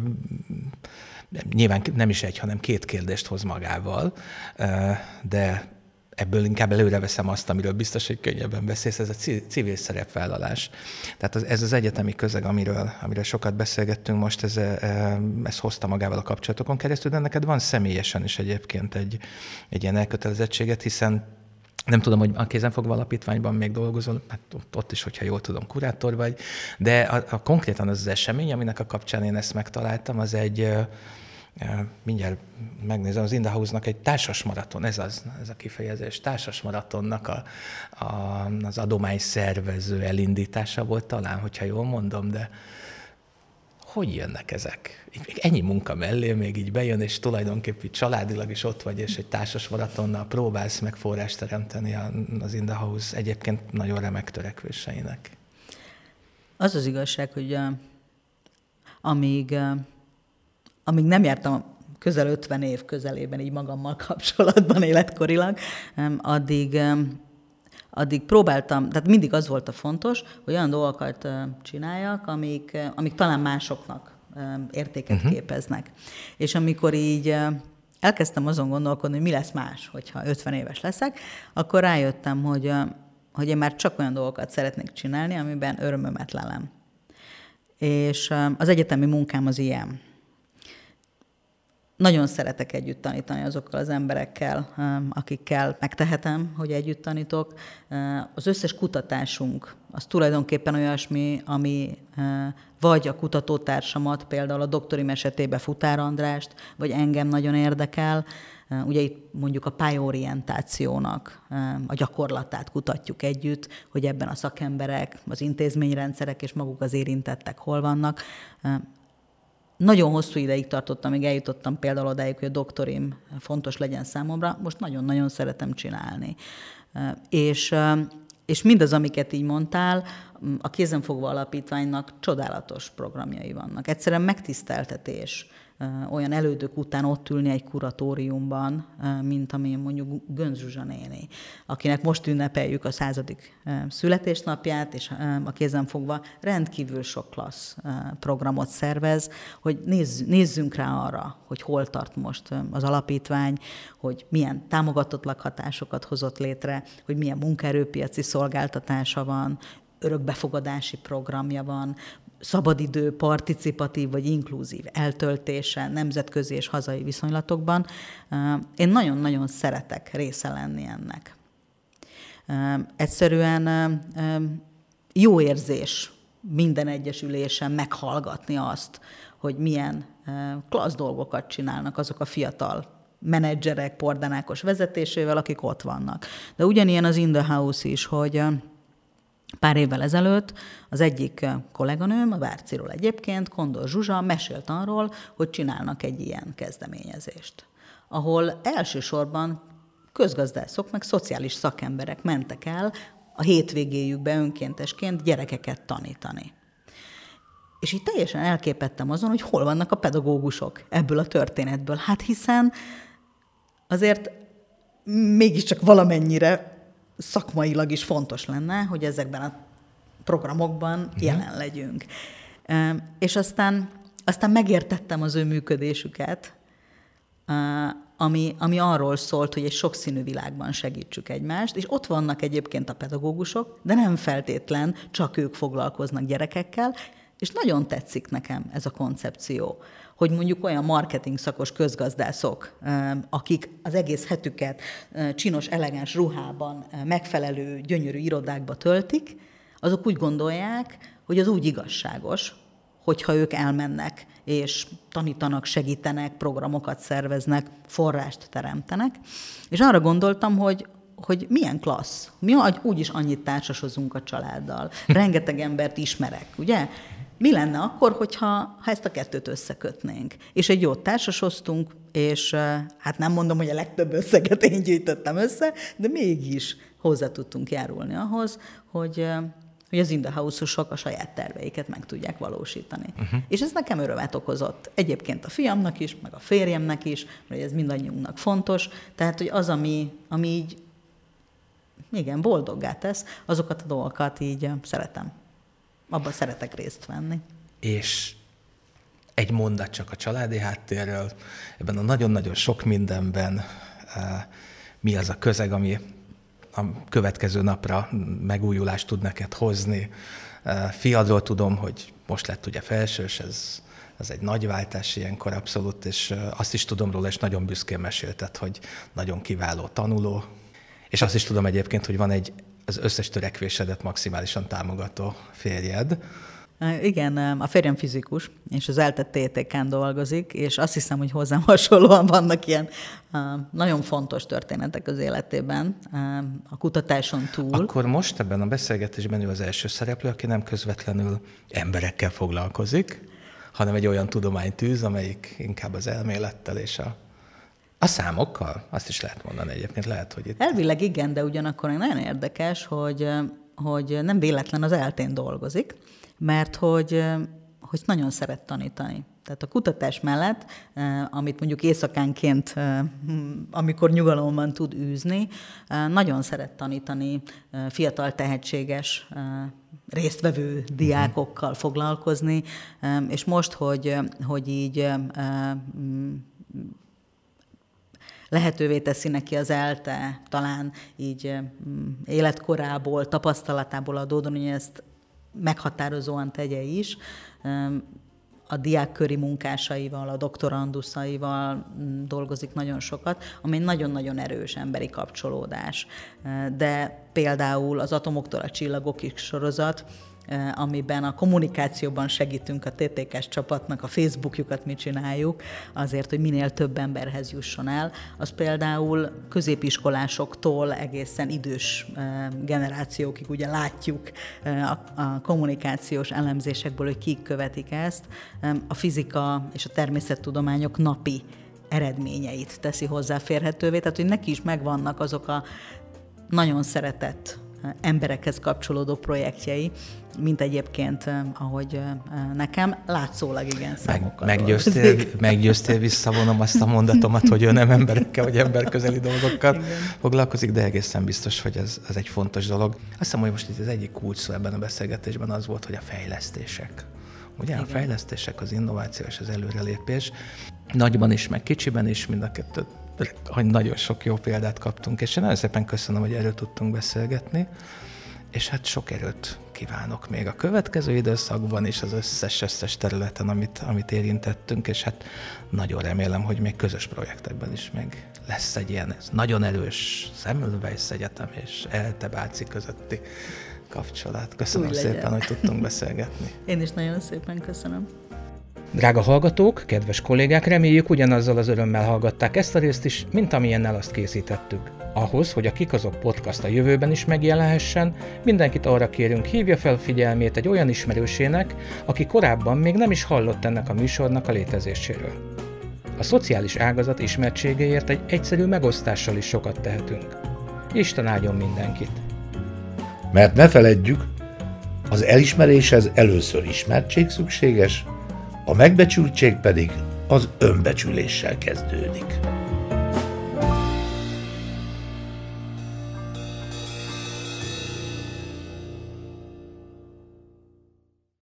nyilván nem is egy, hanem két kérdést hoz magával, de ebből inkább előre veszem azt, amiről biztos, hogy könnyebben beszélsz, ez a civil szerepvállalás. Tehát az, ez az egyetemi közeg, amiről, amiről sokat beszélgettünk most, ez, ez hozta magával a kapcsolatokon keresztül, de neked van személyesen is egyébként egy, egy ilyen elkötelezettséget, hiszen nem tudom, hogy a Kézenfogva Alapítványban még dolgozol, hát ott, ott is, hogyha jól tudom, kurátor vagy, de a, a konkrétan az, az esemény, aminek a kapcsán én ezt megtaláltam, az egy mindjárt megnézem, az In the House-nak egy társas maraton, ez az, ez a kifejezés, társas maratonnak a, a, az adomány szervező elindítása volt talán, hogyha jól mondom, de hogy jönnek ezek? Ennyi munka mellé még így bejön, és tulajdonképpen családilag is ott vagy, és egy társas maratonnal próbálsz meg forrást teremteni az In the House egyébként nagyon remek törekvéseinek. Az az igazság, hogy uh, amíg, uh, amíg nem jártam közel ötven év közelében így magammal kapcsolatban életkorilag, um, addig, um, addig próbáltam, tehát mindig az volt a fontos, hogy olyan dolgokat uh, csináljak, amik, uh, amik talán másoknak uh, értéket uh-huh. képeznek. És amikor így uh, elkezdtem azon gondolkodni, hogy mi lesz más, hogyha ötven éves leszek, akkor rájöttem, hogy uh, hogy én már csak olyan dolgokat szeretnék csinálni, amiben örömömet lelem. És az egyetemi munkám az ilyen. Nagyon szeretek együtt tanítani azokkal az emberekkel, akikkel megtehetem, hogy együtt tanítok. Az összes kutatásunk az tulajdonképpen olyasmi, ami vagy a kutatótársamat, például a doktorim esetében Futár Andrást, vagy engem nagyon érdekel. Ugye itt mondjuk a pályaorientációnak a gyakorlatát kutatjuk együtt, hogy ebben a szakemberek, az intézményrendszerek és maguk az érintettek hol vannak. Nagyon hosszú ideig tartottam, amíg eljutottam például odáig, hogy a doktorim fontos legyen számomra. Most nagyon-nagyon szeretem csinálni. És, és mindaz, amiket így mondtál, a Kézenfogva Alapítványnak csodálatos programjai vannak. Egyszerűen megtiszteltetés olyan elődök után ott ülni egy kuratóriumban, mint ami mondjuk Gönc Zsuzsa néni, akinek most ünnepeljük a századik születésnapját, és a Kézenfogva rendkívül sok klassz programot szervez, hogy nézz, nézzünk rá arra, hogy hol tart most az alapítvány, hogy milyen támogatott lakhatásokat hozott létre, hogy milyen munkaerőpiaci szolgáltatása van, örökbefogadási programja van, szabadidő, participatív vagy inkluzív eltöltése nemzetközi és hazai viszonylatokban. Én nagyon-nagyon szeretek része lenni ennek. Egyszerűen jó érzés minden egyes ülésen meghallgatni azt, hogy milyen klassz dolgokat csinálnak azok a fiatal menedzserek, pordanákos vezetésével, akik ott vannak. De ugyanilyen az In the House is, hogy pár évvel ezelőtt az egyik kolléganőm, a Várciról egyébként, Kondor Zsuzsa mesélt arról, hogy csinálnak egy ilyen kezdeményezést, ahol elsősorban közgazdászok, meg szociális szakemberek mentek el a hétvégéjükbe önkéntesként gyerekeket tanítani. És így teljesen elképedtem azon, hogy hol vannak a pedagógusok ebből a történetből. Hát hiszen azért mégiscsak valamennyire szakmailag is fontos lenne, hogy ezekben a programokban uh-huh. jelen legyünk. És aztán, aztán megértettem az ő működésüket, ami, ami arról szólt, hogy egy sokszínű világban segítsük egymást, és ott vannak egyébként a pedagógusok, de nem feltétlen csak ők foglalkoznak gyerekekkel, és nagyon tetszik nekem ez a koncepció, hogy mondjuk olyan marketing szakos közgazdászok, akik az egész hetüket csinos, elegáns ruhában, megfelelő, gyönyörű irodákba töltik, azok úgy gondolják, hogy az úgy igazságos, hogyha ők elmennek és tanítanak, segítenek, programokat szerveznek, forrást teremtenek. És arra gondoltam, hogy hogy milyen klassz. Mi úgyis annyit társasozunk a családdal. Rengeteg embert ismerek, ugye? Mi lenne akkor, hogyha ha ezt a kettőt összekötnénk? És egy jót társasoztunk, és hát nem mondom, hogy a legtöbb összeget én gyűjtöttem össze, de mégis hozzá tudtunk járulni ahhoz, hogy, hogy az In the House-osok a saját terveiket meg tudják valósítani. Uh-huh. És ez nekem örömet okozott. Egyébként a fiamnak is, meg a férjemnek is, mert ez mindannyiunknak fontos. Tehát, hogy az, ami, ami így igen, boldoggá tesz, azokat a dolgokat így szeretem. Abban szeretek részt venni. És egy mondat csak a családi háttérről, ebben a nagyon-nagyon sok mindenben mi az a közeg, ami a következő napra megújulást tud neked hozni. Fiadról tudom, hogy most lett ugye felsős, ez, ez egy nagy váltás ilyenkor abszolút, és azt is tudom róla, és nagyon büszkén mesélted, hogy nagyon kiváló tanuló, és azt is tudom egyébként, hogy van egy az összes törekvésedet maximálisan támogató férjed. Igen, a férjem fizikus, és az eltett té té ká-n dolgozik, és azt hiszem, hogy hozzám hasonlóan vannak ilyen nagyon fontos történetek az életében, a kutatáson túl. Akkor most ebben a beszélgetésben ő az első szereplő, aki nem közvetlenül emberekkel foglalkozik, hanem egy olyan tudományt űz, amelyik inkább az elmélettel és a, a számokkal, azt is lehet mondani egyébként, lehet, hogy itt... Elvileg igen, de ugyanakkor nagyon érdekes, hogy, hogy nem véletlen az eltén dolgozik, mert hogy, hogy nagyon szeret tanítani. Tehát a kutatás mellett, amit mondjuk éjszakánként, amikor nyugalomban tud űzni, nagyon szeret tanítani, fiatal, tehetséges, résztvevő diákokkal foglalkozni, és most, hogy, hogy így lehetővé teszi neki az ELTE, talán így életkorából, tapasztalatából adódóan, hogy ezt meghatározóan tegye is, a diákköri munkásaival, a doktoranduszaival dolgozik nagyon sokat, ami nagyon-nagyon erős emberi kapcsolódás. De például az Atomoktól a csillagokig sorozat, amiben a kommunikációban segítünk a té té ká-s csapatnak, a Facebookjukat mi csináljuk, azért, hogy minél több emberhez jusson el. Az például középiskolásoktól egészen idős generációkig ugye látjuk a kommunikációs elemzésekből, hogy kik követik ezt. A fizika és a természettudományok napi eredményeit teszi hozzáférhetővé, tehát hogy neki is megvannak azok a nagyon szeretett emberekhez kapcsolódó projektjei, mint egyébként, ahogy nekem, látszólag igen számokkal. Meg, meggyőztél, meggyőztél, visszavonom azt a mondatomat, hogy ő nem emberekkel vagy emberközeli dolgokkal igen. foglalkozik, de egészen biztos, hogy ez, ez egy fontos dolog. Azt hiszem, hogy most itt az egyik kulcs szó ebben a beszélgetésben az volt, hogy a fejlesztések. Ugye igen. A fejlesztések, az innováció és az előrelépés nagyban is, meg kicsiben is, mind a kettőt, hogy nagyon sok jó példát kaptunk, és én nagyon szépen köszönöm, hogy erről tudtunk beszélgetni, és hát sok erőt kívánok még a következő időszakban is, az összes-összes területen, amit, amit érintettünk, és hát nagyon remélem, hogy még közös projektekben is még lesz egy ilyen nagyon erős Semmelweis Egyetem és ELTE Báci közötti kapcsolat. Köszönöm Úgy szépen, legyen. hogy tudtunk beszélgetni. Én is nagyon szépen köszönöm. Drága hallgatók, kedves kollégák, reméljük ugyanazzal az örömmel hallgatták ezt a részt is, mint amilyennel azt készítettük. Ahhoz, hogy a Kik azok podcast a jövőben is megjelenhessen, mindenkit arra kérünk, hívja fel figyelmét egy olyan ismerősének, aki korábban még nem is hallott ennek a műsornak a létezéséről. A szociális ágazat ismertségéért egy egyszerű megosztással is sokat tehetünk. Isten áldjon mindenkit! Mert ne feledjük, az elismeréshez először ismertség szükséges, a megbecsültség pedig az önbecsüléssel kezdődik.